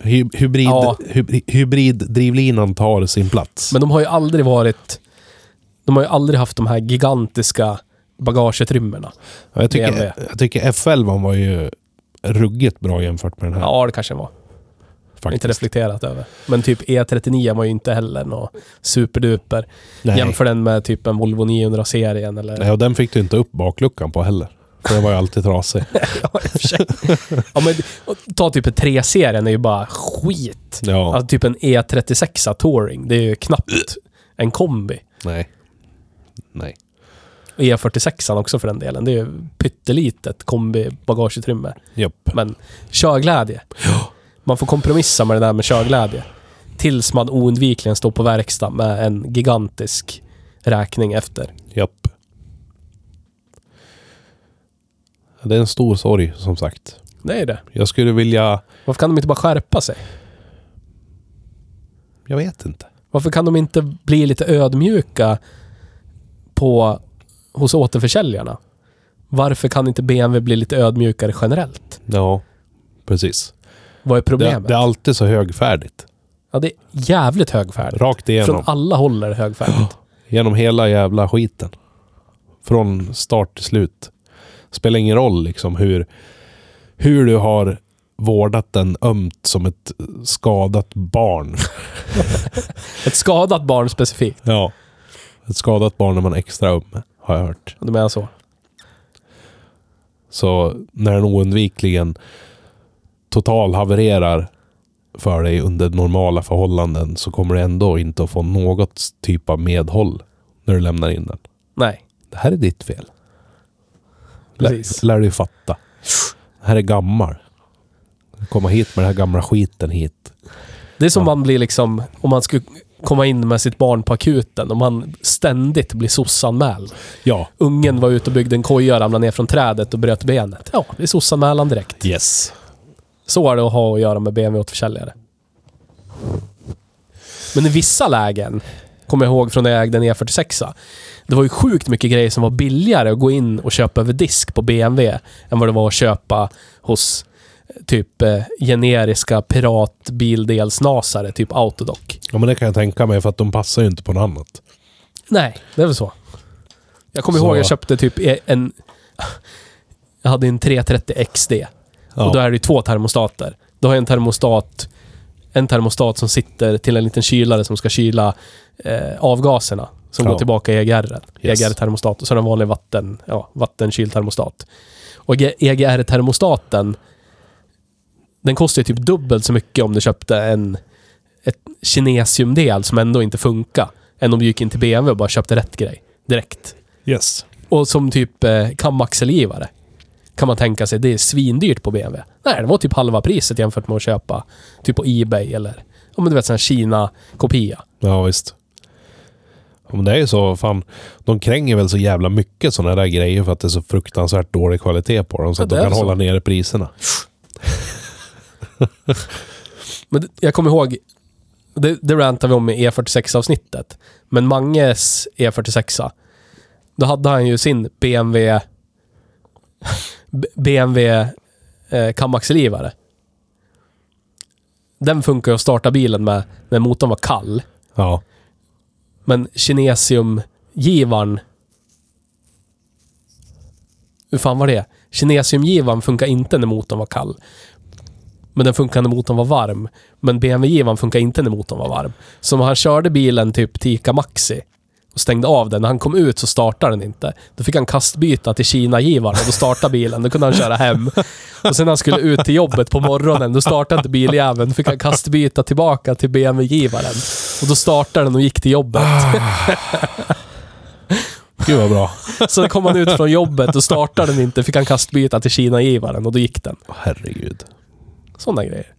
Hybriddrivlinan tar sin plats. Men de har ju aldrig haft de här gigantiska bagageutrymmena. Ja, jag tycker F11 var ju ruggigt bra jämfört med den här. Ja, det kanske var. Faktiskt. Inte reflekterat över. Men typ E39 var ju inte heller något superduper. Nej. Jämför den med typ en Volvo 900-serien. Eller... Nej, och den fick du inte upp bakluckan på heller. För den var ju alltid trasig. Ja, i och för sig. Ja, men ta typ en 3-serien är ju bara skit. Ja. Alltså typ en E36 Touring. Det är ju knappt en kombi. Nej. Och E46 också för den delen. Det är ju pyttelitet kombi-bagageutrymme. Japp. Men körglädje. Ja. Man får kompromissa med det där med körglädje. Tills man oundvikligen står på verkstad med en gigantisk räkning efter. Japp. Det är en stor sorg, som sagt. Det är det. Jag skulle vilja... Varför kan de inte bara skärpa sig? Jag vet inte. Varför kan de inte bli lite ödmjuka hos återförsäljarna? Varför kan inte BMW bli lite ödmjukare generellt? Ja, precis. Vad är problemet? Det är alltid så högfärdigt. Ja, det är jävligt högfärdigt. Rakt igenom. Från alla håll är det högfärdigt. Genom hela jävla skiten. Från start till slut. Spelar ingen roll liksom hur du har vårdat den ömt som ett skadat barn. Ett skadat barn specifikt. Ja. Ett skadat barn är man extra öm, har jag hört. Du menar så? Så när den oundvikligen total havererar för dig under normala förhållanden så kommer du ändå inte att få något typ av medhåll när du lämnar in den. Nej. Det här är ditt fel. Precis. Lär dig fatta. Det här är gammal. Komma hit med den här gamla skiten hit. Det är som man blir liksom, om man skulle komma in med sitt barn på akuten och man ständigt blir sossanmäld. Ja. Ungen var ute och byggde en koja, ramlade ner från trädet och bröt benet. Ja, det är sossanmälan direkt. Yes. Så är det att ha att göra med BMW-återförsäljare. Men i vissa lägen, kommer jag ihåg från när jag ägde en E46, det var ju sjukt mycket grejer som var billigare att gå in och köpa över disk på BMW än vad det var att köpa hos typ generiska piratbildelsnasare, typ Autodoc. Ja, men det kan jag tänka mig för att de passar ju inte på något annat. Nej, det är väl så. Jag kommer Så. ihåg jag köpte typ jag hade en 330 XD. Ja. Och då är det ju 2 termostater. Då har jag en termostat som sitter till en liten kylare som ska kyla avgaserna som går tillbaka i EGR. Yes. EGR-termostat. Och så är det en vanlig vattensyltermostat. Och EGR-termostaten, den kostar ju typ dubbelt så mycket om du köpte ett kinesiumdel som ändå inte funkar än om du gick in till BMW och bara köpte rätt grej direkt. Yes. Och som typ kamaxelgivare kan man tänka sig, det är svindyrt på BMW. Nej, det var typ halva priset jämfört med att köpa typ på eBay eller om du vet sån här Kina-kopia. Ja, visst. Men det är ju så, fan, de kränger väl så jävla mycket sådana där grejer för att det är så fruktansvärt dålig kvalitet på dem så att de kan hålla nere priserna. Men jag kommer ihåg, det rantar vi om i E46-avsnittet. Men Manges E46, då hade han ju sin BMW kamaxelgivare. Den funkar ju att starta bilen med när motorn var kall. Ja. Men kinesiumgivaren, hur fan var det? Kinesiumgivaren funkar inte när motorn var kall. Men den funkar när motorn var varm. Men BMW-givaren funkar inte när motorn var varm. Så när han körde bilen typ till Ica Maxi och stängde av den, när han kom ut så startade den inte. Då fick han kastbyta till Kina-givaren och då startade bilen. Då kunde han köra hem. Och sen när han skulle ut till jobbet på morgonen, då startade inte biljäveln. Då fick han kastbyta tillbaka till BMW-givaren. Och då startade den och gick till jobbet. Gud vad bra. Så kom han ut från jobbet och startade den inte. Fick han kastbyta till Kina-givaren och då gick den. Herregud. Sådana grejer.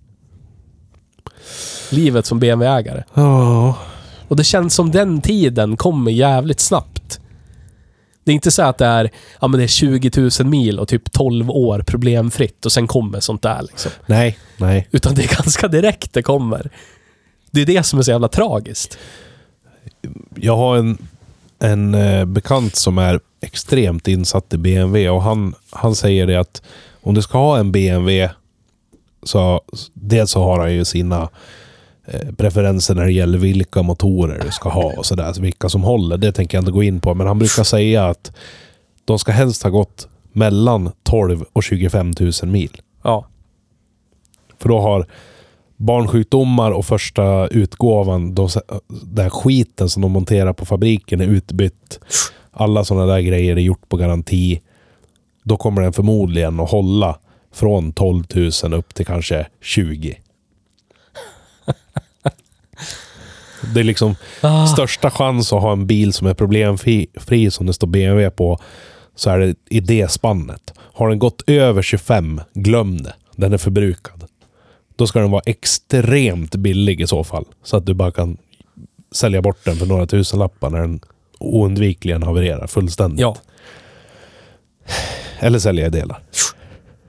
Livet som BMW-ägare. Ja. Och det känns som den tiden kommer jävligt snabbt. Det är inte så att det är, ja, men det är 20 000 mil och typ 12 år problemfritt och sen kommer sånt där liksom. Nej. Utan det är ganska direkt det kommer. Det är det som är så jävla tragiskt. Jag har en bekant som är extremt insatt i BMW och han säger det att om du ska ha en BMW så dels så har han ju sina preferenser när det gäller vilka motorer du ska ha och sådär, vilka som håller, det tänker jag inte gå in på, men han brukar säga att de ska helst ha gått mellan 12 och 25 000 mil. Ja. För då har barnsjukdomar och första utgåvan, den skiten som de monterar på fabriken är utbytt. Alla sådana där grejer är gjort på garanti. Då kommer den förmodligen att hålla från 12 000 upp till kanske 20. Det är liksom största chans att ha en bil som är problemfri som det står BMW på, så är det i det spannet. Har den gått över 25, glöm det. Den är förbrukad. Då ska den vara extremt billig i så fall. Så att du bara kan sälja bort den för några tusenlappar när den oundvikligen havererar fullständigt. Ja. Eller sälja i delar.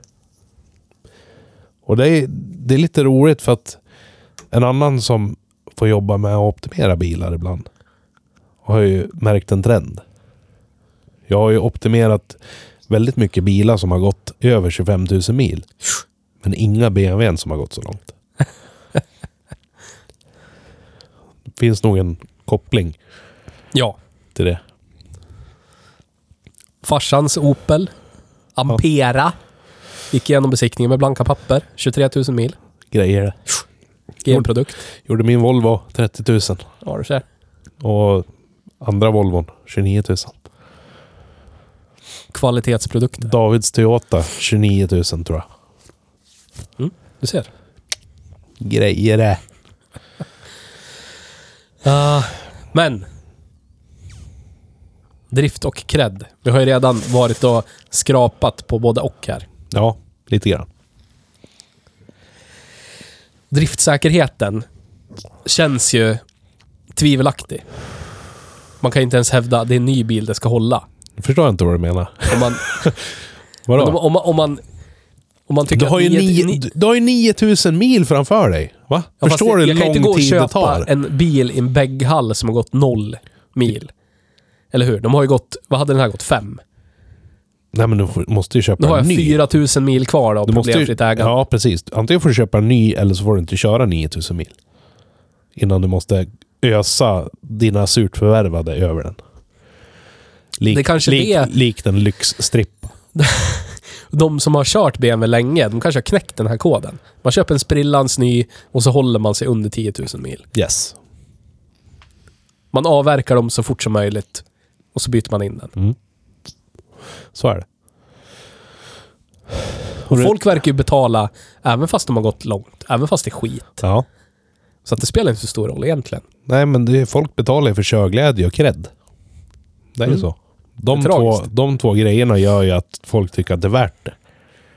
Och det är lite roligt för att en annan som får jobba med att optimera bilar ibland. Och har ju märkt en trend. Jag har ju optimerat väldigt mycket bilar som har gått över 25 000 mil. Men inga BMW som har gått så långt. Det finns nog en koppling till det. Farsans Opel Ampera gick igenom besiktningen med blanka papper. 23 000 mil. Grejer. Genprodukt. Gjorde min Volvo 30 000. Ja, du ser. Och andra Volvon 29 000. Kvalitetsprodukter. Davids Toyota 29 000 tror jag. Du ser. Grejer det. Men drift och cred. Vi har ju redan varit och skrapat på både och här. Ja, lite grann. Driftsäkerheten känns ju tvivelaktig. Man kan inte ens hävda att det är en ny bil det ska hålla. Jag förstår inte vad du menar. Om man, Vadå? om man tycker Du har ju 9000 mil framför dig. Va? Ja, förstår du hur jag kan inte gå lång och tid det köpa tar? en bil i en bägghall som har gått 0 mil. Eller hur? De har ju gått, vad hade den här gått? 5. Nej, men du måste ju köpa Då har en jag ny. 4000 mil kvar av problemfritt ägande. Ja, precis. Antingen får du köpa en ny eller så får du inte köra 9000 mil. Innan du måste ösa dina surt förvärvade över den. Det kanske Likt en lyxstrippa. De som har kört BMW länge, de kanske har knäckt den här koden. Man köper en sprillans ny och så håller man sig under 10 000 mil. Yes. Man avverkar dem så fort som möjligt och så byter man in den. Så är det. Och folk verkar ju betala även fast de har gått långt. Även fast det är skit. Ja. Så att det spelar inte så stor roll egentligen. Nej, men folk betalar ju för körglädje och cred. Det är ju så. De två grejerna gör ju att folk tycker att det är värt det.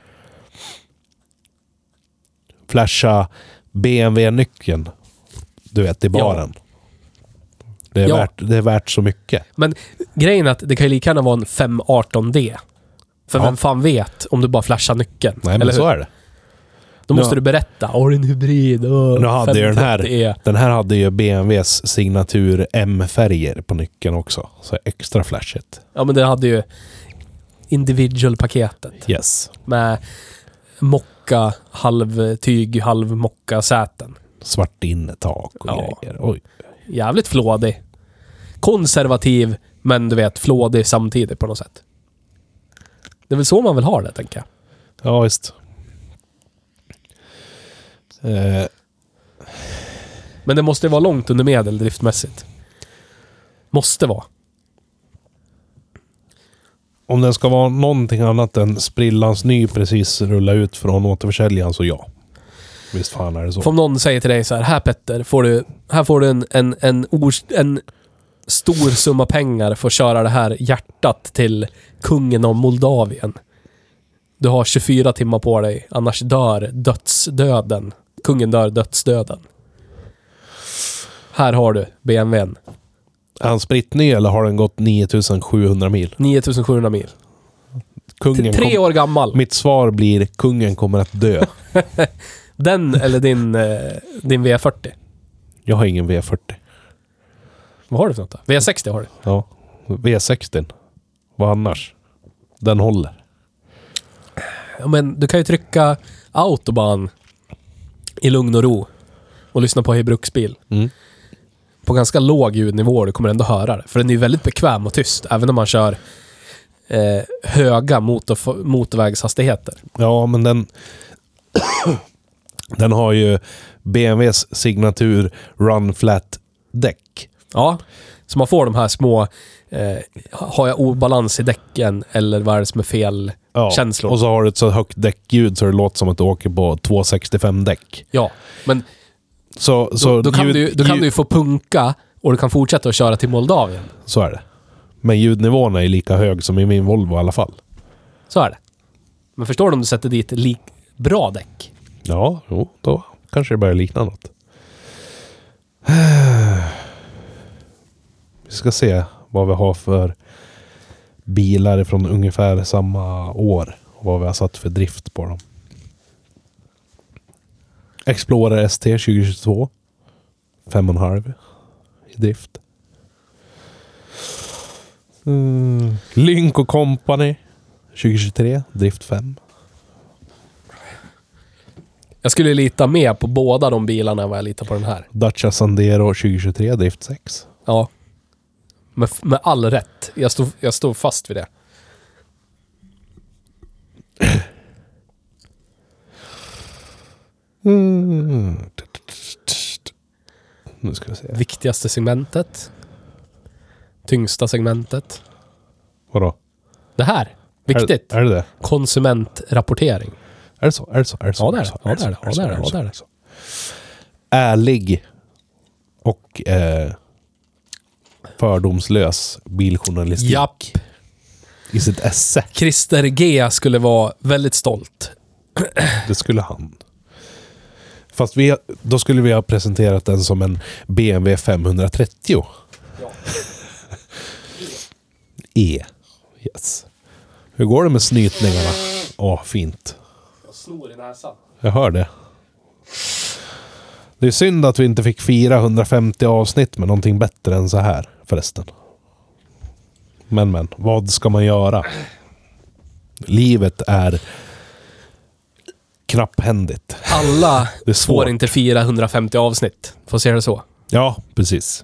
Flasha BMW-nyckeln. Du vet, i baren. Det är värt så mycket. Men grejen är att det kan ju lika gärna vara en 518D. För vem fan vet om du bara flashar nyckeln. Nej, men så är det. Då måste du berätta. Har en hybrid? Nu hade ju den här hade ju BMWs signatur M-färger på nyckeln också. Så extra flashigt. Ja, men det hade ju individual-paketet. Yes. Med mocka, halvtyg, halvmocka säten. Svart innetak och grejer. Oj. Jävligt flådig. Konservativ, men du vet, flådig samtidigt på något sätt. Det är väl så man vill ha det, tänker jag. Ja, visst. Men det måste vara långt under medel driftmässigt. Måste vara. Om den ska vara någonting annat än sprillans ny precis rulla ut från återförsäljaren, så ja. Visst fan är det så. Om någon säger till dig så här Petter, här får du en stor summa pengar för att köra det här hjärtat till kungen av Moldavien. Du har 24 timmar på dig, annars dör dödsdöden. Kungen dör dödsdöden. Här har du BMWn. Är han sprittny eller har den gått 9700 mil? 9700 mil. Kungen 3 år gammal. Mitt svar blir: kungen kommer att dö. Den eller din V40? Jag har ingen V40. Vad har du för något då? V60 har du? Ja, V60. Vad annars? Den håller. Ja, men du kan ju trycka Autobahn i lugn och ro och lyssna på Hej Bruksbil. På ganska låg ljudnivå, du kommer ändå höra det. För den är ju väldigt bekväm och tyst, även om man kör höga motorvägshastigheter. Ja, men den har ju BMWs signatur Run Flat däck. Ja, så man får de här små har jag obalans i däcken eller vad är det som är fel känslor. Och så har du ett så högt däckljud så det låter som att du åker på 265 däck. Ja, men då kan du ju få punka och du kan fortsätta att köra till Moldavien. Så är det. Men ljudnivån är lika hög som i min Volvo i alla fall. Så är det. Men förstår du om du sätter dit bra däck? Ja, då kanske det börjar likna något. Vi ska se vad vi har för bilar från ungefär samma år och vad vi har satt för drift på dem. Explorer ST 2022 5,5 i drift. Lynk & Company 2023, drift 5. Jag skulle lita mer på båda de bilarna än vad jag litar på den här. Dacia Sandero 2023, drift 6. Ja. Med all rätt. Jag står fast vid det. Nu ska vi se. Viktigaste segmentet. Tyngsta segmentet. Vadå? Det här. Viktigt. Är det? Konsumentrapportering. Är det så? Ja, det är det. Ärlig och fördomslös biljournalistik. Japp. I sitt esse. Christer G skulle vara väldigt stolt. Det skulle han. Fast då skulle vi ha presenterat den som en BMW 530. Ja. E. Yes. Hur går det med snytningarna? Fint. Jag snor i näsan. Jag hör det. Det är synd att vi inte fick 450 avsnitt med någonting bättre än så här förresten. Men, vad ska man göra? Livet är knapphändigt. Alla Det är svårt. får inte 450 avsnitt. Får se det så. Ja, precis.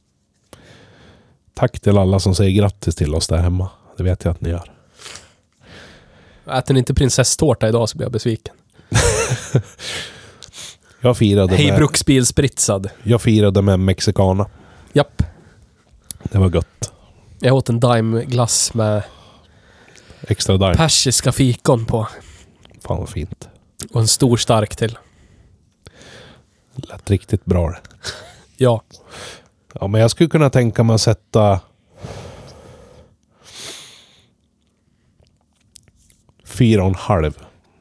Tack till alla som säger grattis till oss där hemma. Det vet jag att ni gör. Äter ni inte prinsesstårta idag så blir jag besviken. Jag firade Hej med... Bruksbilspritsad. Jag firade med mexicana. Japp. Det var gott. Jag åt en daimglass med Extra daim. persiska fikon på. Fan vad fint. Och en stor stark till. Lät riktigt bra det. Ja. Ja, men jag skulle kunna tänka mig att sätta 4,5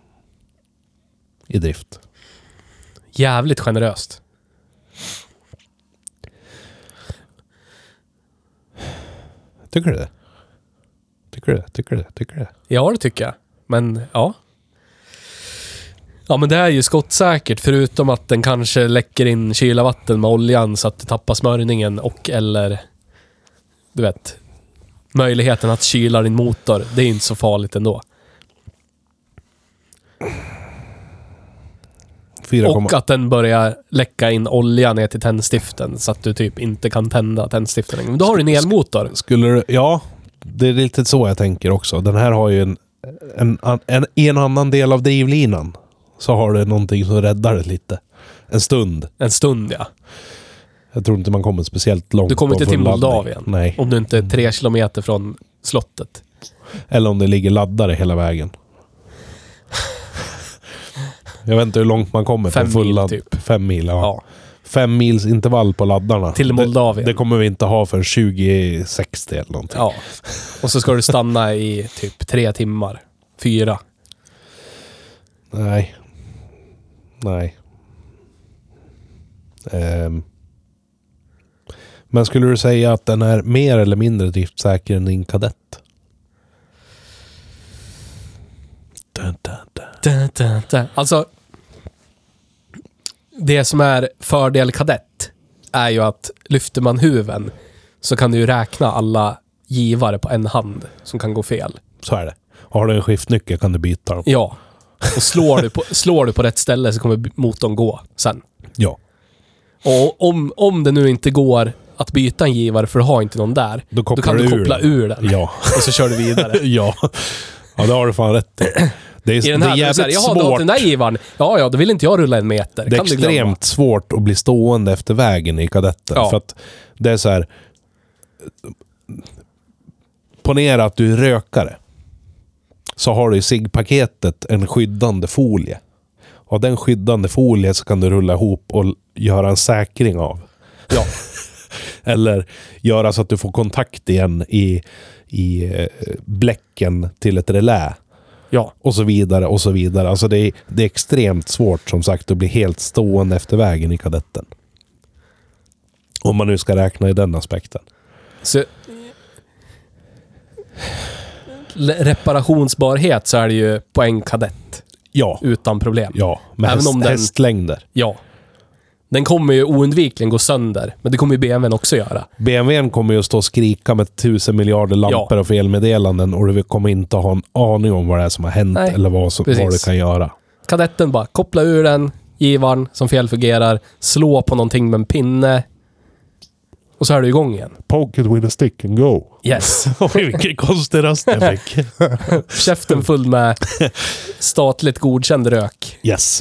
i drift. Jävligt generöst. Tycker du det? Tycker du det? Ja, det tycker jag. Men, ja. Ja, men det är ju skottsäkert förutom att den kanske läcker in kylavatten med oljan så att du tappar smörjningen och eller du vet möjligheten att kyla din motor. Det är inte så farligt ändå. 4, och att den börjar läcka in olja ner till tändstiften så att du typ inte kan tända tändstiften längre. Men då har du en elmotor. Skulle du, ja, det är lite så jag tänker också. Den här har ju en annan del av drivlinan. Så har det någonting som räddar det lite. En stund. En stund, ja. Jag tror inte man kommer speciellt långt. Du kommer inte till Moldavien. Nej. Om du inte är 3 kilometer från slottet. Eller om det ligger laddare hela vägen. Jag vet inte hur långt man kommer. 5 full mil typ. 5 mil, ja. Ja. 5 mils intervall på laddarna. Till Moldavien. Det kommer vi inte ha för 2060 eller någonting. Ja. Och så ska du stanna i typ 3 timmar. 4. Nej. Men skulle du säga att den är mer eller mindre driftsäker än din Kadett? Alltså, det som är fördel Kadett är ju att lyfter man huven så kan du ju räkna alla givare på en hand som kan gå fel. Så är det. Har du en skiftnyckel kan du byta dem. Ja. Och slår du på rätt ställe så kommer motorn gå sen. Ja. Och om det nu inte går att byta en givare för du har inte någon där, då kan du koppla ur den. Ja. Och så kör du vidare. Ja, det har du fan rätt i. Det är, I den här, det är jävligt svårt. Ja, den där givaren. Ja, då vill inte jag rulla en meter. Det är extremt svårt att bli stående efter vägen i Kadetten. Ja. För att det är så här. Ponera att du är rökare. Så har du i ciggpaketet en skyddande folie. Och den skyddande folie så kan du rulla ihop och göra en säkring av. Ja. Eller göra så att du får kontakt igen i bläcken till ett relä. Ja. Och så vidare och så vidare. Alltså det är extremt svårt som sagt att bli helt stående efter vägen i Kadetten. Om man nu ska räkna i den aspekten. Så reparationsbarhet så är det ju på en Kadett. Ja. Utan problem. Ja, med Även om den- hästlängder. Ja. Den kommer ju oundvikligen gå sönder. Men det kommer ju BMWn också göra. BMWn kommer ju att stå och skrika med 1000 miljarder lampor och felmeddelanden. Och du kommer inte ha en aning om vad det är som har hänt. Eller vad det kan göra. Kadetten bara koppla ur den. Givaren som felfungerar. Slå på någonting med en pinne. Och så är du igång igen. Poke it with a stick and go. Yes. Oj, vilken konstig röst jag fick. Käften full med statligt godkänd rök. Yes.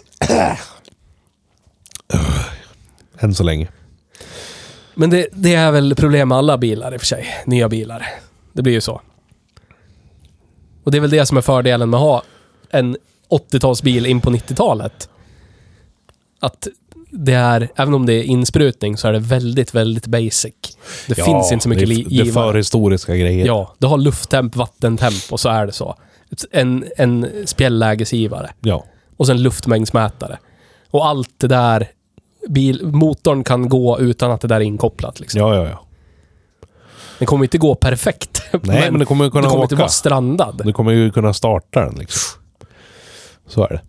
Än så länge. Men det är väl problem med alla bilar i och för sig. Nya bilar. Det blir ju så. Och det är väl det som är fördelen med att ha en 80-talsbil in på 90-talet. Att det är, även om det är insprutning, så är det väldigt, väldigt basic. Det finns inte så mycket givare. Det är förhistoriska grejer. Ja, du har lufttemp, vattentemp och så är det så. En spjällägesgivare. Ja. Och sen luftmängdsmätare. Och allt det där, motorn kan gå utan att det där är inkopplat. Liksom. Ja. Den kommer inte gå perfekt. Nej, men det kommer kunna åka. åka. Inte vara strandad. Du kommer ju kunna starta den liksom. Så är det.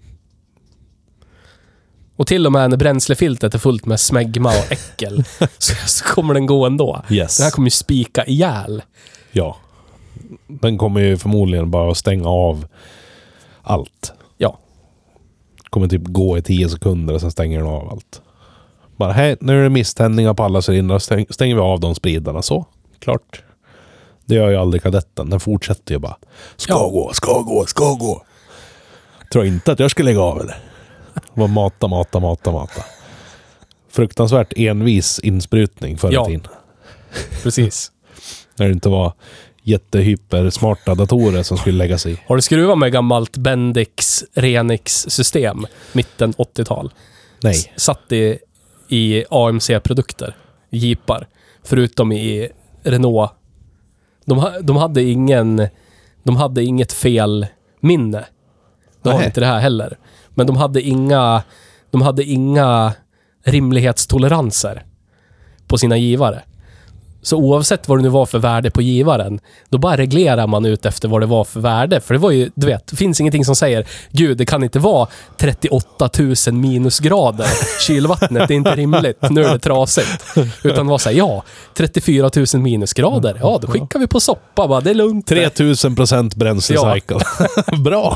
Och till och med när bränslefiltret är fullt med smegma och äckel så kommer den gå ändå. Yes. Den här kommer ju spika ihjäl. Ja. Den kommer ju förmodligen bara stänga av allt. Ja. Kommer typ gå i 10 sekunder och sen stänger den av allt. Bara, hej, nu är det misständningar på alla cylindrar. Stänger vi av de spridarna. Så, klart. Det gör ju aldrig kadetten. Den fortsätter ju bara. Ska gå. Tror inte att jag ska lägga av det. Bara mata. Fruktansvärt envis insprutning förr i tiden. Precis. När det inte var jättehypersmarta datorer som skulle läggas i. Har du skruvat med gammalt Bendix Renix-system mitten 80-tal? Nej. Satt i AMC-produkter, jeepar, förutom i Renault. De hade inget fel minne. De har inte det här heller. Men de hade inga rimlighetstoleranser på sina givare. Så oavsett vad det nu var för värde på givaren, då bara reglerar man ut efter vad det var för värde. För det var ju, du vet, det finns ingenting som säger, gud, det kan inte vara 38 000 minusgrader. Kylvattnet är inte rimligt, nu är det trasigt. Utan det var så här, ja, 34 000 minusgrader. Ja, då skickar vi på soppa, bara, det är lugnt. 3000% bränslecykel. Ja. Bra!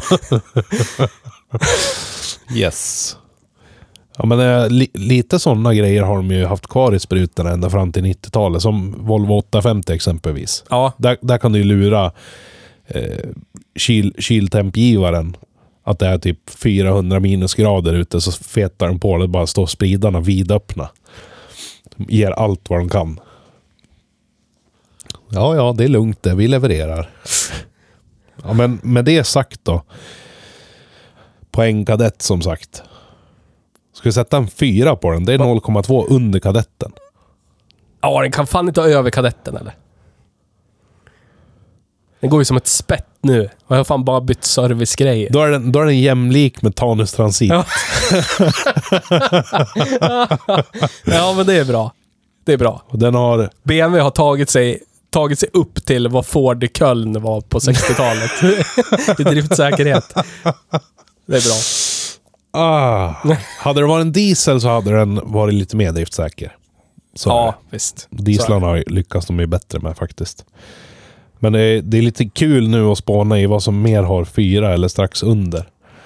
Yes. Ja, men lite sådana grejer har de ju haft kvar i sprutorna ända fram till 90-talet. Som Volvo 850 exempelvis. Ja. Där kan du ju lura kyltempgivaren att det är typ 400 minusgrader ute, så fetar den på det, bara står spridarna vidöppna. De ger allt vad de kan. Ja, det är lugnt det. Vi levererar. Ja, men med det sagt då. På en kadett som sagt. Ska vi sätta en 4 på den? Det är 0,2 under kadetten. Ja, den kan fan inte ha över kadetten, eller? Den går ju som ett spett nu. Och jag har fan bara bytt servicegrejer. Då är den jämlik med Tanus Transit. Ja. Ja, men det är bra. Det är bra. Och den har... BMW har tagit sig upp till vad Ford i Köln var på 60-talet. I driftsäkerhet. Det är bra. Hade det varit en diesel så hade den varit lite mer driftsäker. Så ja, visst. Dieslarna har lyckats de är bättre med faktiskt. Men det är lite kul nu att spåna i vad som mer har 4 eller strax under.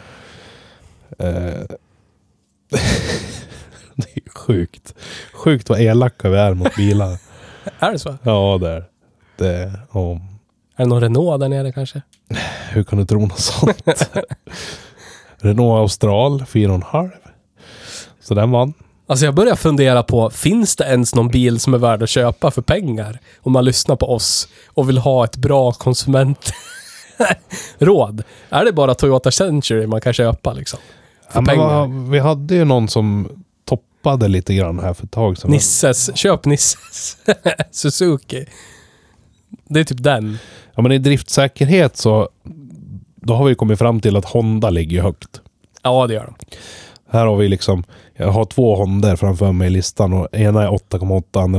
Det är sjukt. Sjukt vad elaka vi är mot bilar. Är det så? Ja, det är det. Ja. Är det någon Renault där nere kanske? Hur kan du tro något sånt? Renault Austral 4,5. Så den vann. Alltså jag börjar fundera på, finns det ens någon bil som är värd att köpa för pengar? Om man lyssnar på oss och vill ha ett bra konsumentråd. Är det bara Toyota Century man kan köpa liksom? För pengar? Vi hade ju någon som toppade lite grann här för ett tag sedan. Köp Nisses Suzuki. Det är typ den. Ja, men i driftsäkerhet så då har vi kommit fram till att Honda ligger högt. Ja, det gör de. Här har vi liksom, jag har 2 Honda framför mig i listan och ena är 8,8, andra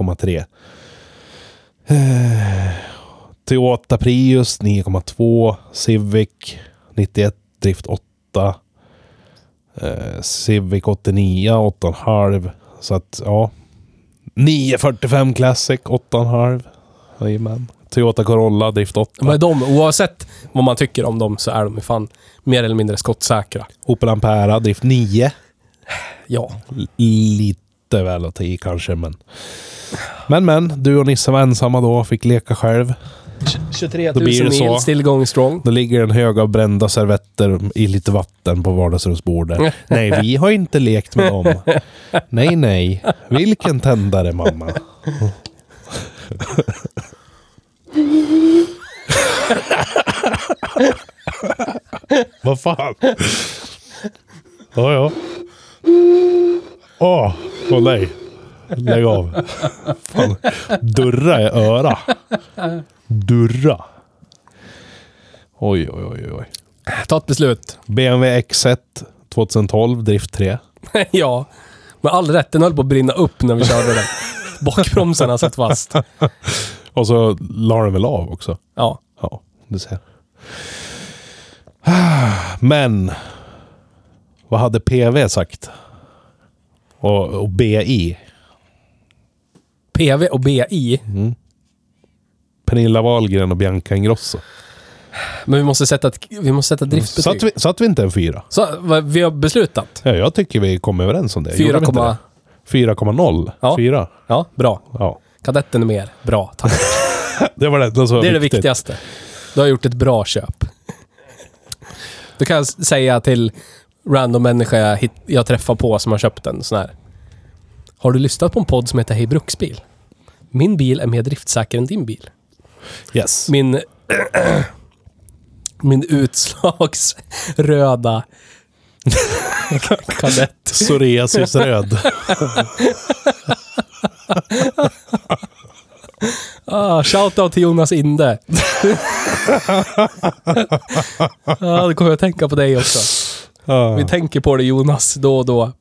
9,3. Toyota Prius 9,2, Civic 91, drift 8. Civic 89, 8,5. Så att, ja. 945 Classic, 8,5. Jajamän. Toyota Corolla, drift 8. Men de, oavsett vad man tycker om dem så är de ju fan mer eller mindre skottsäkra. Opel Ampera, drift 9. Ja. Lite väl att ta i kanske, men du och Nisse var ensamma då, fick leka själv. 23 Då 000 blir det så. mil, still going strong. Då ligger en hög av brända servetter i lite vatten på vardagsrumsbordet. Nej, vi har inte lekt med dem. Nej. Vilken tändare, mamma. Vad fan? Ja. Åh nej. Lägg av. Fan. Durra i öra. Durra. Oj. Ta ett beslut. BMW X1 2012, drift 3. Ja. Med all rätt, den höll på att brinna upp när vi körde den. Bakbromsarna satt fast. Och så la den väl av också. Ja. Ja, du ser. Men vad hade PV sagt? Och BI? PV och BI. Pernilla Wahlgren och Bianca Ingrosso. Men vi måste sätta ett driftbetyg. Satt vi inte en 4? Så vi har beslutat. Ja, jag tycker vi kom överens om det. 4,0. Ja. 4. Ja, bra. Ja. Kadetten är mer. Bra, tack. Det var det som var Det är det viktigt. viktigaste. Du har gjort ett bra köp. Du kan säga till random människa jag träffar på som har köpt en sån här. Har du lyssnat på en podd som heter Hej Bruksbil? Min bil är mer driftsäker än din bil. Yes. Min utslagsröda kadett. Psoriasisröd. Shoutout till Jonas Inde. Det kommer jag att tänka på dig också. Vi tänker på det, Jonas, då och då.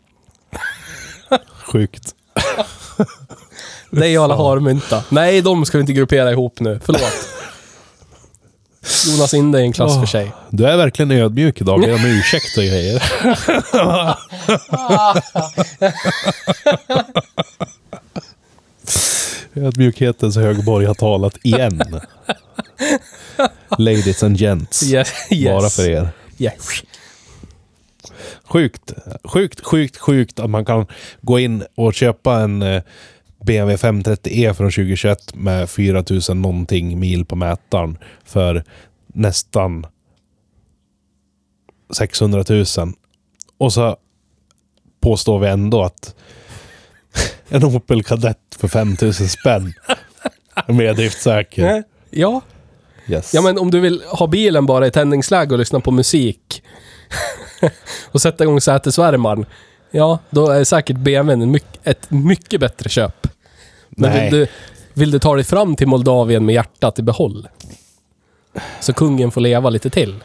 Sjukt. Det är alla harmynta. Nej, de ska vi inte gruppera ihop nu. Förlåt. Jonas Inde är en klass för sig. Du är verkligen ödmjuk idag. Be om ursäkt och grejer. Ödmjukhetens högborg har talat igen. Ladies and gents. Yes. Bara för er. Yes. Sjukt att man kan gå in och köpa en BMW 530e från 2021 med 4000 någonting mil på mätaren för nästan 600 000. Och så påstår vi ändå att en Opel Kadett för 5000 spänn är mer driftsäker. Ja. Yes. Ja, men om du vill ha bilen bara i tändningsläge och lyssna på musik och sätta igång sätesvärmaren, ja, då är säkert BMW ett mycket bättre köp. Men vill du ta dig fram till Moldavien med hjärtat i behåll, så kungen får leva lite till,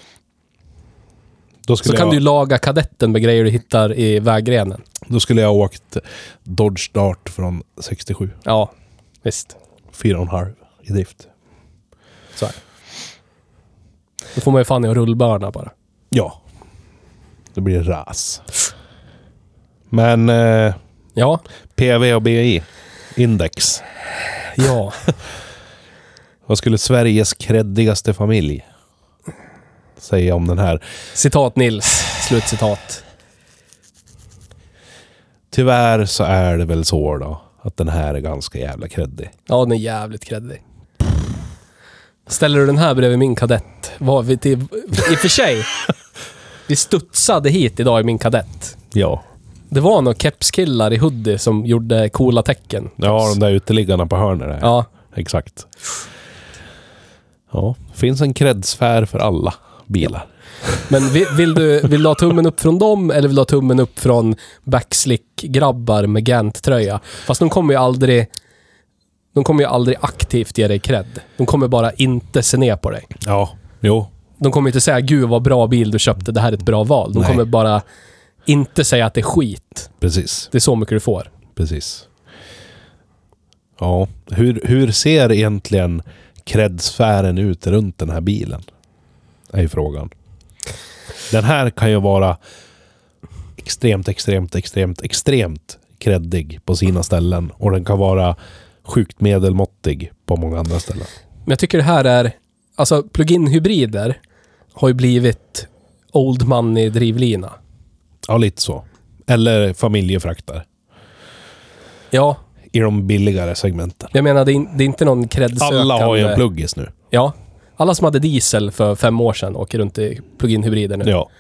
så kan du laga Kadetten med grejer du hittar i vägrenen. Då skulle jag ha åkt Dodge Dart från 67. Ja, visst. 4,5 i drift. Så här. Då får man ju fan i att rullbörna bara. Ja. Det blir ras. Men Ja. PV och BI index. Ja. Vad skulle Sveriges kreddigaste familj säga om den här? Citat Nils. Slutcitat. Tyvärr så är det väl så då att den här är ganska jävla kreddig. Ja, den är jävligt kreddig. Ställer du den här bredvid min Kadett? Var vi till... I och för sig. Vi studsade hit idag i min Kadett. Ja. Det var nog kepskillar i hoodie som gjorde coola tecken. Ja, de där uteliggarna på hörner där. Ja. Exakt. Ja, finns en kreddsfär för alla bilar. Men vill du ha tummen upp från dem, eller vill du ha tummen upp från backslick-grabbar med Gant-tröja? Fast de kommer ju aldrig aktivt ge dig cred. De kommer bara inte se ner på dig. Ja, jo. De kommer inte säga, gud vad bra bil du köpte, det här är ett bra val. De kommer bara inte säga att det är skit. Precis. Det är så mycket du får. Precis. Ja, hur ser egentligen kreddsfären ut runt den här bilen? Är ju frågan. Den här kan ju vara extremt kreddig på sina ställen. Och den kan vara sjukt medelmåttig på många andra ställen. Men jag tycker det här är... Alltså, plug-in-hybrider har ju blivit old money drivlina. Ja, lite så. Eller familjefraktar. Ja. I de billigare segmenten. Jag menar, det är inte någon kredsökande... Alla har ju en pluggis nu. Ja. Alla som hade diesel för 5 år sedan åker runt i plug-in-hybrider nu. Ja.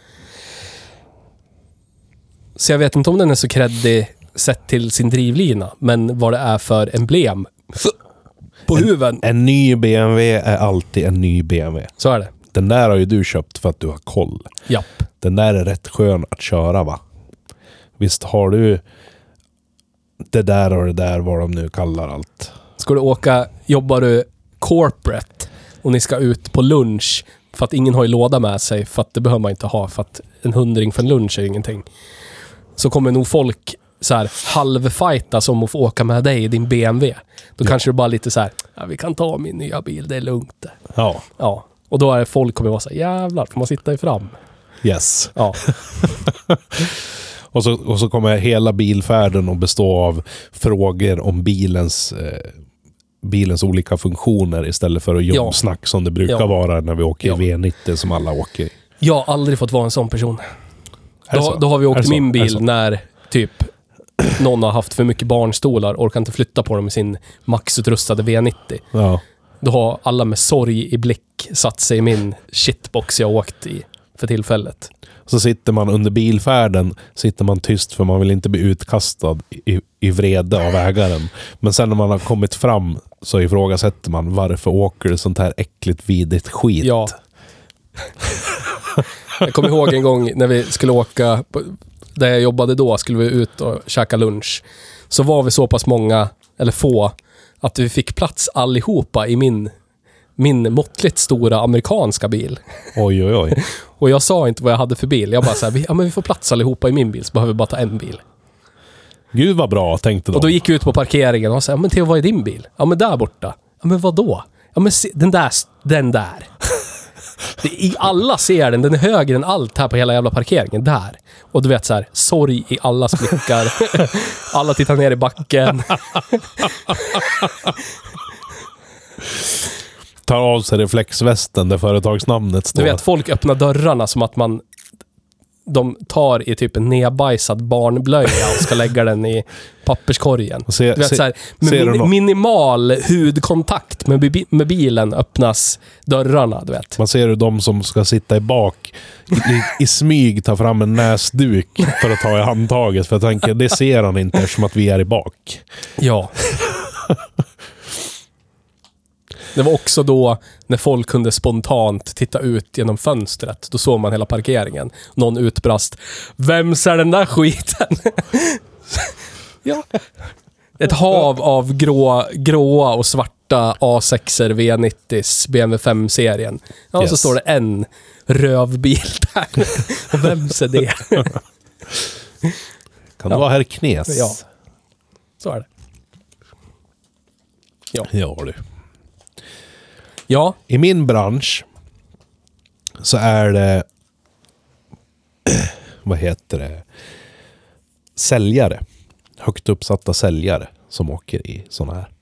Så jag vet inte om den är så kreddig sett till sin drivlina, men vad det är för emblem på huven. En ny BMW är alltid en ny BMW. Så är det. Den där har ju du köpt för att du har koll. Japp. Den där är rätt skön att köra, va? Visst har du det där och det där, vad de nu kallar allt. Ska du åka, jobbar du corporate och ni ska ut på lunch för att ingen har ju låda med sig, för att det behöver man inte ha, för att en 100 för en lunch är ingenting. Så kommer nog folk så här halvfighta som att få åka med dig i din BMW. Då kanske det bara lite så här, ja, vi kan ta min nya bil, det är lugnt. Ja. Ja. Och då är folk kommer vara så här, jävlar, får man sitta i fram? Yes. Ja. Och så kommer hela bilfärden att bestå av frågor om bilens olika funktioner istället för att jobbsnack som det brukar vara när vi åker i V90 som alla åker i. Jag har aldrig fått vara en sån person. Då har vi åkt i min bil när typ någon har haft för mycket barnstolar, orkar inte flytta på dem i sin maxutrustade V90. Ja. Då har alla med sorg i blick satt sig i min shitbox jag åkt i för tillfället. Så sitter man under bilfärden, sitter man tyst för man vill inte bli utkastad i vrede av ägaren. Men sen när man har kommit fram så ifrågasätter man, varför åker du sånt här äckligt vidigt skit? Ja. Jag kommer ihåg en gång när vi skulle åka, där jag jobbade då, skulle vi ut och käka lunch. Så var vi så pass många, eller få, att vi fick plats allihopa i min måttligt stora amerikanska bil. Oj, oj, oj. Och jag sa inte vad jag hade för bil. Jag bara så här, vi får plats allihopa i min bil, så behöver vi bara ta en bil. Gud vad bra, tänkte de. Och då gick vi ut på parkeringen och sa, men Theo, vad är din bil? Ja, men där borta. Ja, men vad då? Ja, men se, den där. Alla ser den är högre än allt här på hela jävla parkeringen, där. Och du vet så här, sorg i allas blickar. Alla tittar ner i backen. Tar av sig reflexvästen där företagsnamnet står. Du vet, folk öppnar dörrarna som att de tar i typ en nedbajsad barnblöja och ska lägga den i papperskorgen. Du vet, så här, med minimal hudkontakt med bilen öppnas dörrarna, du vet. Man ser hur de som ska sitta i bak i smyg tar fram en näsduk för att ta i handtaget. För jag tänker, det ser han inte eftersom att vi är i bak. Ja. Det var också då när folk kunde spontant titta ut genom fönstret. Då såg man hela parkeringen. Någon utbrast, vem ser den där skiten? Ja. Ett hav av gråa och svarta A6-er V90s BMW 5-serien. Ja, yes. Så står det en rövbil där. Och vem ser det? Kan det vara herr Knes? Ja. Så är det. Ja du. Ja. I min bransch så är det vad heter det? Säljare. Högt uppsatta säljare som åker i såna här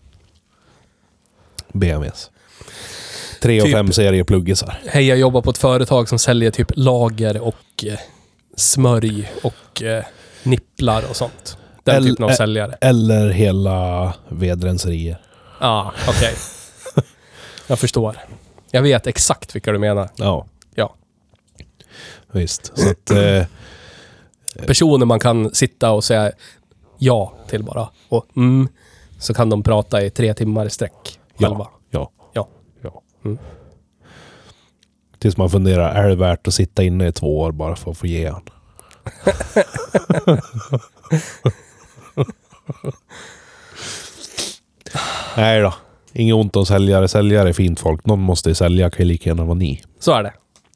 BMWs. 3 och 5 serier pluggisar. Hej, jag jobbar på ett företag som säljer typ lager och smörj och nipplar och sånt. Den typen av säljare. Eller hela vedrenserier. Ja, okej. Jag förstår. Jag vet exakt vilka du menar. Ja. Visst. Så att, personer man kan sitta och säga ja till bara. Och så kan de prata i 3 timmar i sträck själva. Ja. Mm. Tills man funderar, är det värt att sitta inne i 2 år bara för att få ge han? Nej då. Inget ont om säljare. Säljare är fint folk. Någon måste sälja, kan ju lika gärna vara ni. Så är det.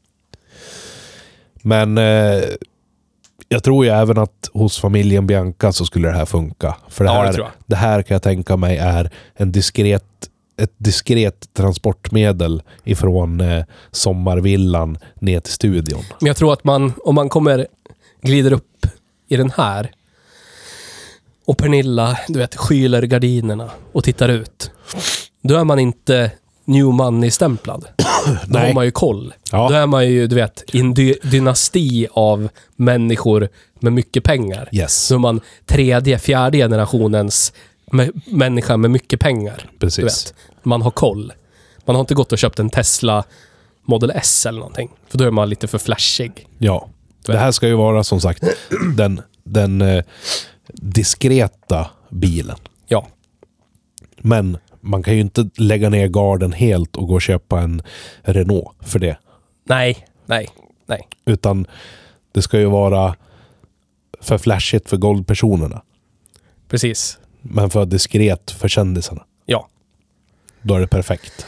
Men jag tror ju även att hos familjen Bianca så skulle det här funka. För det här kan jag tänka mig är ett diskret transportmedel ifrån sommarvillan ner till studion. Men jag tror att om man kommer glider upp i den här och Pernilla, du vet, skyler gardinerna och tittar ut. Då är man inte New Money-stämplad. Då har man ju koll. Ja. Då är man ju, du vet, i en dynasti av människor med mycket pengar. Yes. Så är man 3:e, 4:e generationens människa med mycket pengar. Precis. Du vet. Man har koll. Man har inte gått och köpt en Tesla Model S eller någonting. För då är man lite för flashig. Ja. Det här ska ju vara som sagt den diskreta bilen. Ja. Men man kan ju inte lägga ner garden helt och gå och köpa en Renault för det. Nej. Utan det ska ju vara för flashigt för goldpersonerna. Precis. Men för diskret för kändisarna. Ja. Då är det perfekt.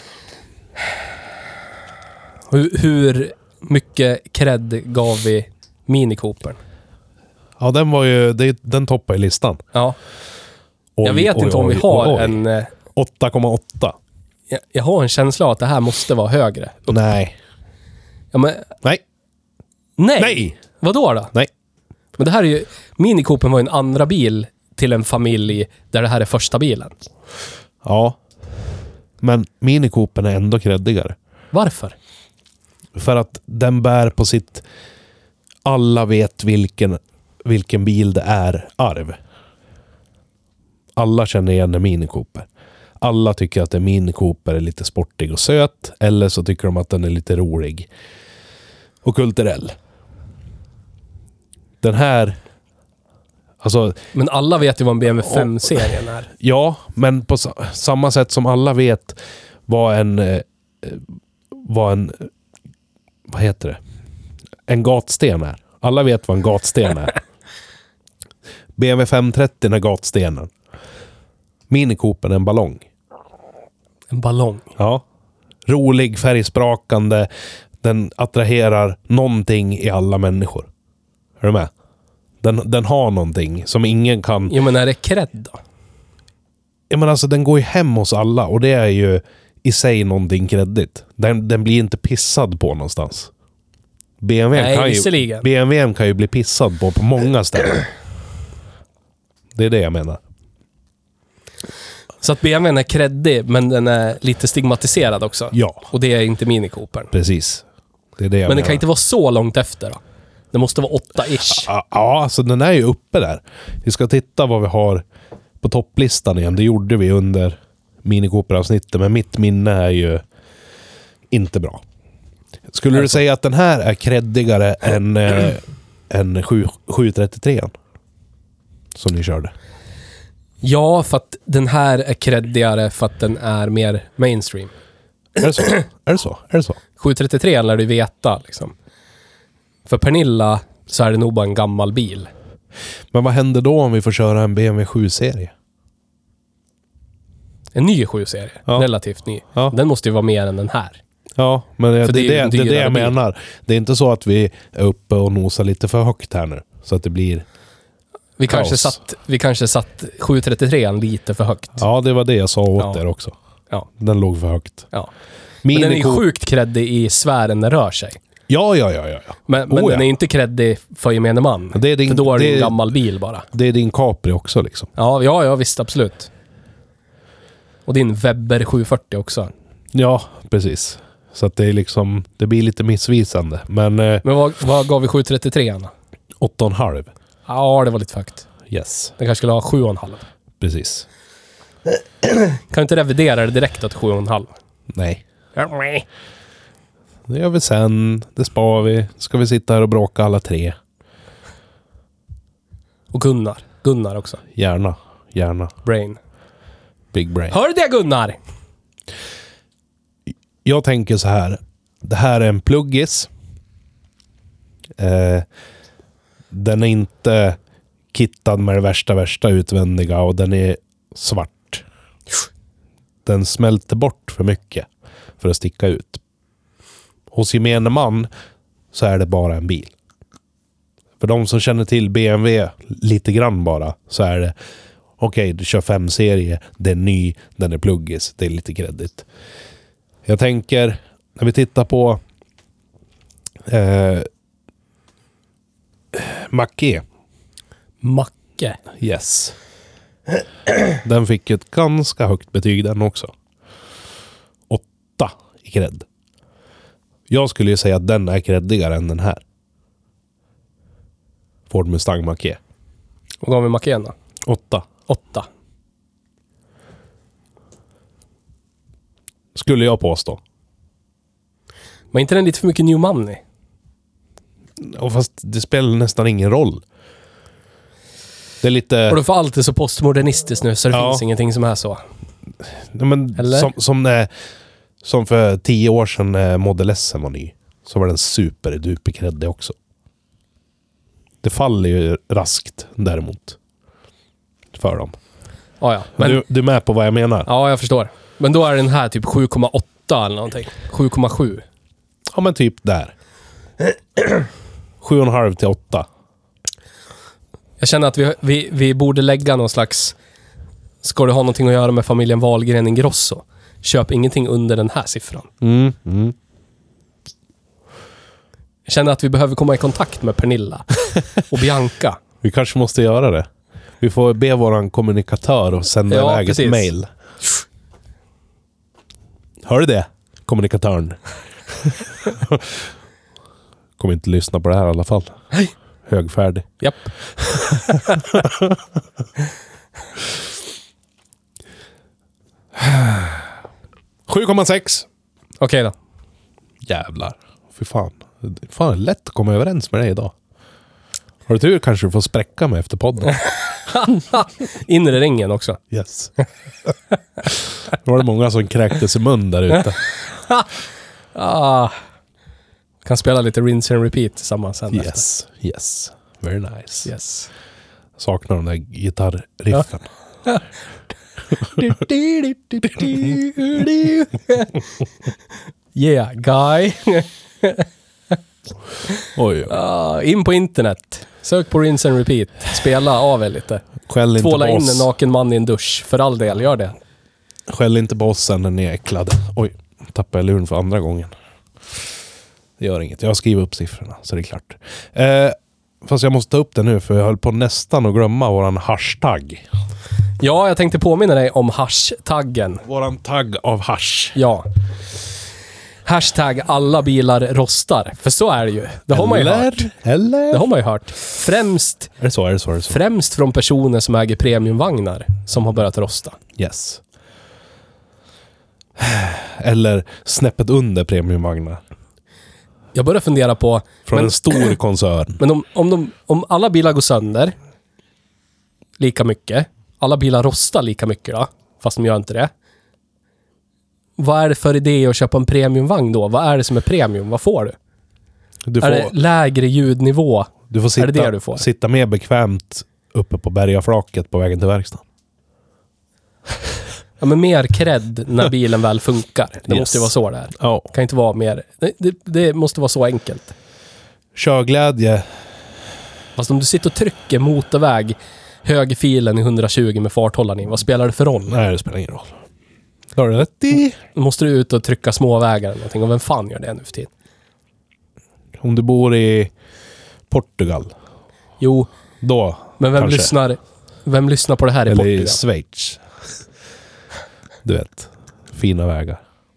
Hur mycket cred gav vi Mini Coopern? Ja, den toppar i listan. Ja. Oj, Jag vet inte om vi har en... 8,8. Jag har en känsla av att det här måste vara högre. Nej. Ja, men... Nej. Nej! Vadå då? Nej. Men det här är ju... Mini Coopern var ju en andra bil till en familj där det här är första bilen. Ja. Men Mini Cooper är ändå creddigare. Varför? För att den bär på sitt... Alla vet vilken bil det är arv. Alla känner igen en Mini Cooper. Alla tycker att en Mini Cooper är lite sportig och söt. Eller så tycker de att den är lite rolig. Och kulturell. Den här... Alltså... Men alla vet ju vad en BMW 5-serien är. Ja, men på samma sätt som alla vet vad en... Vad heter det? En gatsten är. Alla vet vad en gatsten är. BMW 530 är gatstenen. Mini Cooper är en ballong. En ballong? Ja. Rolig, färgsprakande. Den attraherar någonting i alla människor. Är du med? Den har någonting som ingen kan... Jo, men är det cred då? Ja, men alltså den går ju hem hos alla. Och det är ju i sig någonting kreddigt. Den blir inte pissad på någonstans. BMW kan ju bli pissad på många ställen. Det är det jag menar. Så att BMWn är creddig, men den är lite stigmatiserad också. Ja. Och det är inte Mini Coopern. Precis. Det är det jag men menar. det kan inte vara så långt efter då. Det måste vara 8-ish. Ja, alltså den är ju uppe där. Vi ska titta vad vi har på topplistan igen. Det gjorde vi under Mini Cooper-avsnittet, men mitt minne är ju inte bra. Skulle du säga att den här är creddigare än 733 som ni körde? Ja, för att den här är creddigare för att den är mer mainstream. Är det så? Är det så? 733 lär du veta liksom. För Pernilla så är det nog bara en gammal bil. Men vad händer då om vi får köra en BMW 7-serie? En ny 7-serie. Ja. Relativt ny. Ja. Den måste ju vara mer än den här. Ja, men det är det jag bil. menar. Det är inte så att vi är uppe och nosar lite för högt här nu. Så att det blir Vi kanske satt 733 lite för högt. Ja, det var det jag sa åt er också. Ja. Den låg för högt. Ja. Men den är sjukt creddig i sfären den rör sig. Ja. Men den är inte creddig för gemene man. För då är det en gammal bil bara. Det är din Capri också liksom. Ja, visst, absolut. Och din Weber 740 också. Ja, precis. Så att det är liksom, det blir lite missvisande. Men vad gav vi 733 då? 8,5. Ja, det var lite för högt. Yes. Den kanske skulle ha 7,5. Precis. Kan du inte revidera det direkt till 7,5? Nej. Det gör vi sen. Det spar vi. Ska vi sitta här och bråka alla tre? Och Gunnar också. Gärna. Brain. Big brain. Hör du det, Gunnar? Jag tänker så här. Det här är en pluggis. Den är inte kittad med det värsta utvändiga och den är svart. Den smälter bort för mycket för att sticka ut. Hos gemene man så är det bara en bil. För de som känner till BMW lite grann bara så är det okej, du kör 5-serie, det är ny, den är pluggis, det är lite kreddigt. Jag tänker, när vi tittar på Macke. Macke. Yes. Den fick ett ganska högt betyg den också. 8 i cred. Jag skulle ju säga att den är creddigare än den här. Ford Mustang Macke. Och gav vi Macken då? 8. 8. Skulle jag påstå. Men inte den lite för mycket new money? Och fast det spelar nästan ingen roll. Det är lite... Och du får alltid så postmodernistiskt nu så det finns ingenting som är så. Ja, men eller? Som för 10 år sedan Model S var ny. Så var den superduper creddig också. Det faller ju raskt däremot. För dem. Ja. Men du är med på vad jag menar? Ja, jag förstår. Men då är den här typ 7,8 eller någonting. 7,7. Ja, men typ där. 7,5 till 8. Jag känner att vi borde lägga någon slags... Ska du ha någonting att göra med familjen Wahlgren Ingrosso? Köp ingenting under den här siffran. Jag känner att vi behöver komma i kontakt med Pernilla och Bianca. Vi kanske måste göra det. Vi får be våran kommunikatör och sända iväg ett mail. Hör du det? Kommunikatören. Kommer inte lyssna på det här i alla fall. Hej. Högfärdig. Japp. 7,6. Okej då. Jävlar. Fy fan. Fan, det är lätt att komma överens med dig idag. Har du tur kanske du får spräcka mig efter podden. Inre ringen också. Yes. Det var det många som kräktes i mun där ute. Kan spela lite rinse and repeat tillsammans sen Yes, efter. Yes. Very nice. Yes. Saknar de där gitarriffen. Yeah, guy. Oj. In på internet. Sök på rinse and repeat. Spela av er lite. Skäll inte Tvåla på in oss. en naken man i en dusch. För all del, gör det. Skäll inte på oss sen när ni är äcklade. Oj, tappade jag luren för andra gången. Det gör inget. Jag skriver upp siffrorna så det är klart. Fast jag måste ta upp det nu för jag höll på nästan att glömma våran hashtag. Ja, jag tänkte påminna dig om hashtaggen. Våran tagg av hasch. Ja. Hashtag alla bilar rostar. För så är det ju. Det har man ju hört. Eller? Det har man ju hört. Främst Är det så? Främst från personer som äger premiumvagnar som har börjat rosta. Yes. Eller snäppet under premiumvagnar. Jag börjar fundera på... Från en stor koncern. Men om alla bilar går sönder lika mycket, alla bilar rostar lika mycket då, fast de gör inte det. Vad är det för idé att köpa en premiumvagn då? Vad är det som är premium? Vad får du? Är det lägre ljudnivå? Du får sitta, är det det du får? Sitta mer bekvämt uppe på bergaflaket på vägen till verkstaden. Ja, men mer cred när bilen väl funkar. Det måste ju vara så där. Ja. Kan inte vara mer... Det måste vara så enkelt. Körglädje. Fast om du sitter och trycker motorväg högerfilen i 120 med farthållaren i, vad spelar det för roll? Nej, det spelar ingen roll. Har du rätt i? Då måste du ut och trycka småvägar eller någonting. Och vem fan gör det nu för tiden? Om du bor i Portugal. Jo, Då men vem lyssnar på det här i eller Portugal? i Schweiz. Du vet. Fina vägar.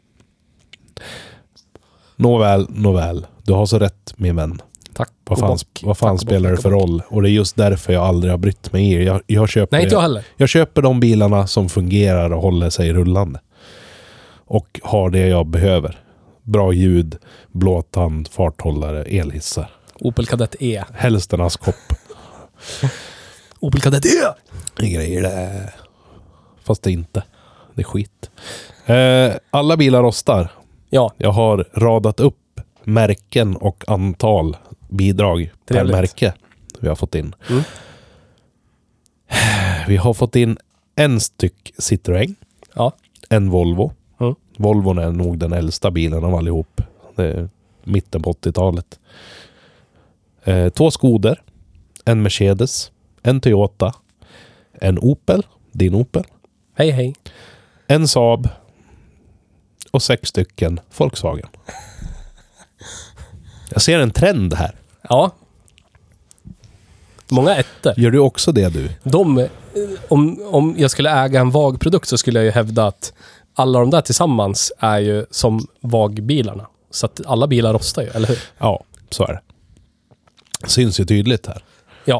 Nåväl. Du har så rätt, min vän. Tack. Vad fan spelar det för roll? Och det är just därför jag aldrig har brytt mig i. Jag köper, Nej, inte jag heller. Jag köper de bilarna som fungerar och håller sig rullande. Och har det jag behöver. Bra ljud, blåtand, farthållare, elhissar. Opel Kadett E. Helst en askkopp. Opel Kadett E! Det grejer det. Fast det är inte. Det är skit. Alla bilar rostar. Ja. Jag har radat upp märken och antal bidrag Trevligt. per märke vi har fått in. Vi har fått in en styck Citroën. Ja. En Volvo. Mm. Volvon är nog den äldsta bilen av allihop. Det är mitten på 80-talet. 2 Skoder. En Mercedes. En Toyota. En Opel. Din Opel. Hej. En Saab. Och 6 stycken Volkswagen. Jag ser en trend här. Ja. Många ettor. Gör du också det du? Om jag skulle äga en VAG-produkt så skulle jag ju hävda att alla de där tillsammans är ju som VAG-bilarna. Så att alla bilar rostar ju, eller hur? Ja, så är det. Syns ju tydligt här. Ja.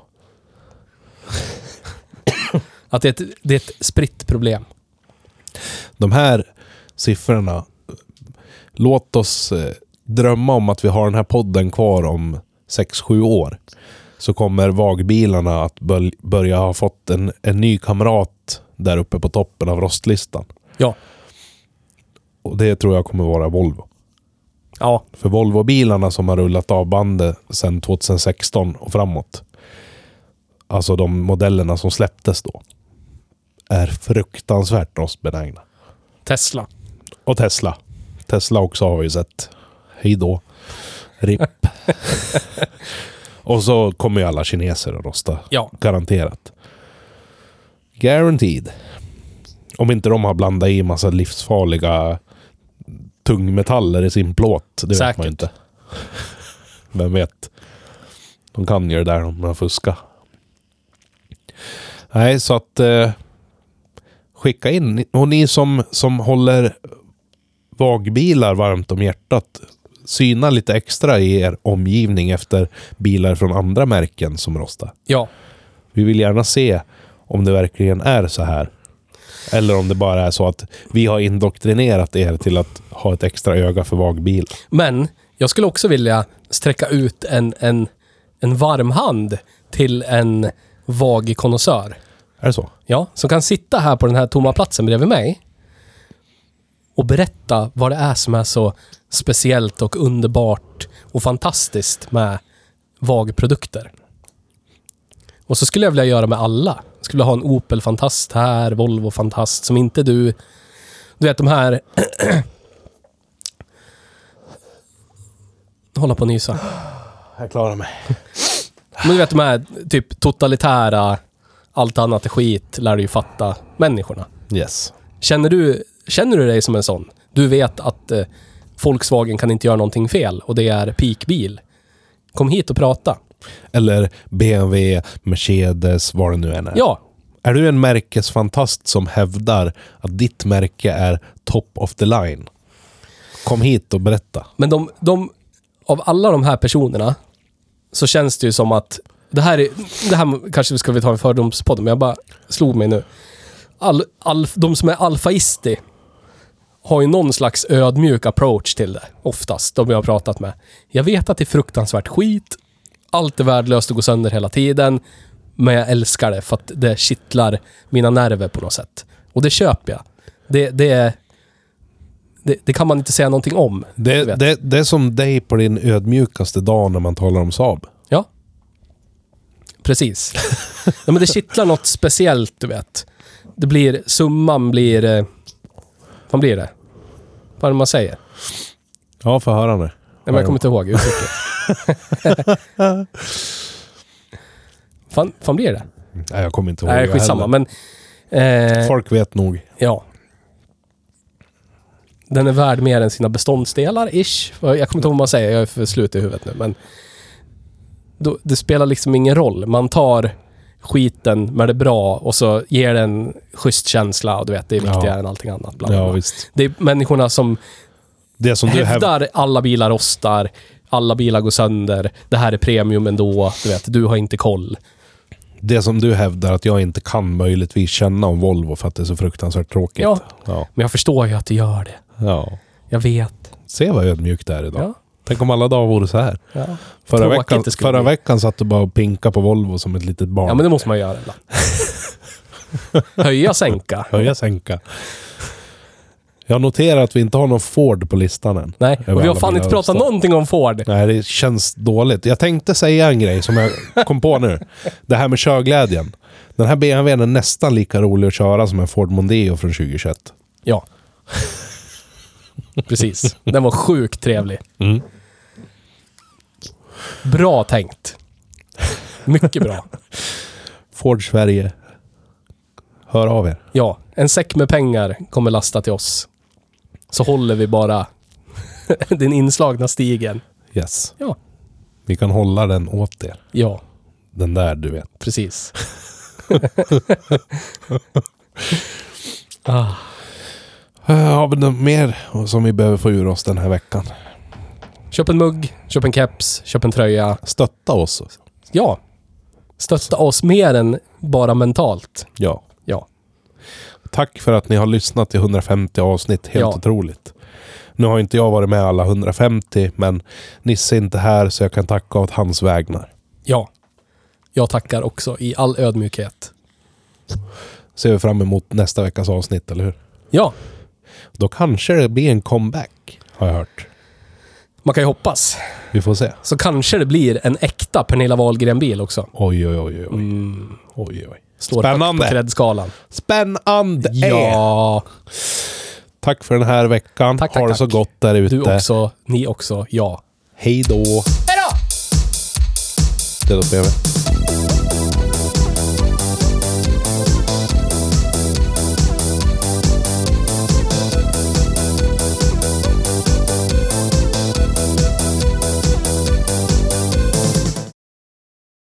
Att det är ett spritt problem. De här siffrorna, låt oss drömma om att vi har den här podden kvar om 6-7 år. Så kommer VAG-bilarna att börja ha fått en ny kamrat där uppe på toppen av rostlistan. Ja. Och det tror jag kommer vara Volvo. Ja. För Volvo-bilarna som har rullat av bandet sedan 2016 och framåt, alltså de modellerna som släpptes då, är fruktansvärt rostbenägna. Tesla. Och Tesla. Tesla också har vi sett. Hej då. RIP. Och så kommer ju alla kineser att rosta. Ja. Garanterat. Guaranteed. Om inte de har blandat i massa livsfarliga tungmetaller i sin plåt. Det vet man ju inte. Vem vet. De kan ju det där om de fuskar. Nej, så att skicka in. Och ni som håller VAG-bilar varmt om hjärtat, syna lite extra i er omgivning efter bilar från andra märken som rostar. Ja. Vi vill gärna se om det verkligen är så här. Eller om det bara är så att vi har indoktrinerat er till att ha ett extra öga för VAG-bil. Men jag skulle också vilja sträcka ut en varm hand till en VAG-konnässör. Är det så? Ja, som kan sitta här på den här tomma platsen bredvid mig och berätta vad det är som är så speciellt och underbart och fantastiskt med VAG-produkter. Och så skulle jag vilja göra med alla. Jag skulle ha en Opel-fantast här, Volvo-fantast, som inte du vet de här hålla på och nysa. Jag klarar mig. Men du vet de här typ totalitära, allt annat är skit, lär du ju fatta människorna. Yes. Känner du dig som en sån? Du vet att Volkswagen kan inte göra någonting fel och det är peakbil. Kom hit och prata. Eller BMW, Mercedes, vad det nu än är. Ja. Är du en märkesfantast som hävdar att ditt märke är top of the line? Kom hit och berätta. Men de av alla de här personerna så känns det ju som att det här kanske ska vi ta en fördomspodd, men jag bara slog mig nu. De som är alfaisti har ju någon slags ödmjuk approach till det. Oftast, de jag har pratat med. Jag vet att det är fruktansvärt skit. Allt är värdelöst och går sönder hela tiden. Men jag älskar det för att det kittlar mina nerver på något sätt. Och det köper jag. Det kan man inte säga någonting om. Det är som dig på din ödmjukaste dag när man talar om Saab. Ja. Precis. Ja, men det kittlar något speciellt, du vet. Summan blir... Vad blir det? Vad är det man säger? Ja, för höra nu. Nej, men jag kommer inte ihåg uttrycket. Fan blir det? Nej, jag kommer inte ihåg. Nej, skitsamma. Men, folk vet nog. Ja. Den är värd mer än sina beståndsdelar, ish. Jag kommer inte ihåg vad man säger. Jag är för slut i huvudet nu. Men det spelar liksom ingen roll. Man tar skiten med det bra och så ger den schysst känsla och du vet, det är viktigare än allting annat. Bla bla bla. Ja, visst. Det är människorna som hävdar alla bilar rostar, alla bilar går sönder, det här är premium ändå, du vet, du har inte koll. Det som du hävdar att jag inte kan möjligtvis känna om Volvo för att det är så fruktansvärt tråkigt. Ja. Ja. Men jag förstår ju att du gör det. Ja. Jag vet. Se vad ödmjukt det är idag. Ja. Tänk om alla dagar vore så här. Ja. Förra veckan satt du bara och pinka på Volvo som ett litet barn. Ja, men det måste man göra ibland. Höja, sänka. Höja, sänka. Jag noterar att vi inte har någon Ford på listan än. Nej, och vi har fan inte pratat någonting om Ford. Nej, det känns dåligt. Jag tänkte säga en grej som jag kom på nu. Det här med körglädjen. Den här BMWn är nästan lika rolig att köra som en Ford Mondeo från 2021. Ja. Precis. Den var sjukt trevlig. Mm. Bra tänkt. Mycket bra. Ford Sverige. Hör av er. Ja, en säck med pengar kommer lasta till oss. Så håller vi bara den inslagna stigen. Yes. Ja. Vi kan hålla den åt er. Ja. Den där, du vet. Precis. Har vi något mer som vi behöver få ur oss den här veckan? Köp en mugg, köp en keps, köp en tröja. Stötta oss. Ja. Stötta oss mer än bara mentalt. Ja. Ja. Tack för att ni har lyssnat till 150 avsnitt. Helt otroligt. Nu har inte jag varit med alla 150, men Nisse är inte här så jag kan tacka åt hans vägnar. Ja. Jag tackar också i all ödmjukhet. Ser vi fram emot nästa veckas avsnitt, eller hur? Ja. Då kanske det blir en comeback, har jag hört. Man kan ju hoppas. Vi får se. Så kanske det blir en äkta Pernilla Wahlgren-bil också. Oj. Oj. Står Spännande. på kreddskalan. Spännande! Ja. Tack för den här veckan. Tack. Ha det så gott där ute. Du också. Ni också. Ja. Hej då. Hej då! Det låter bra.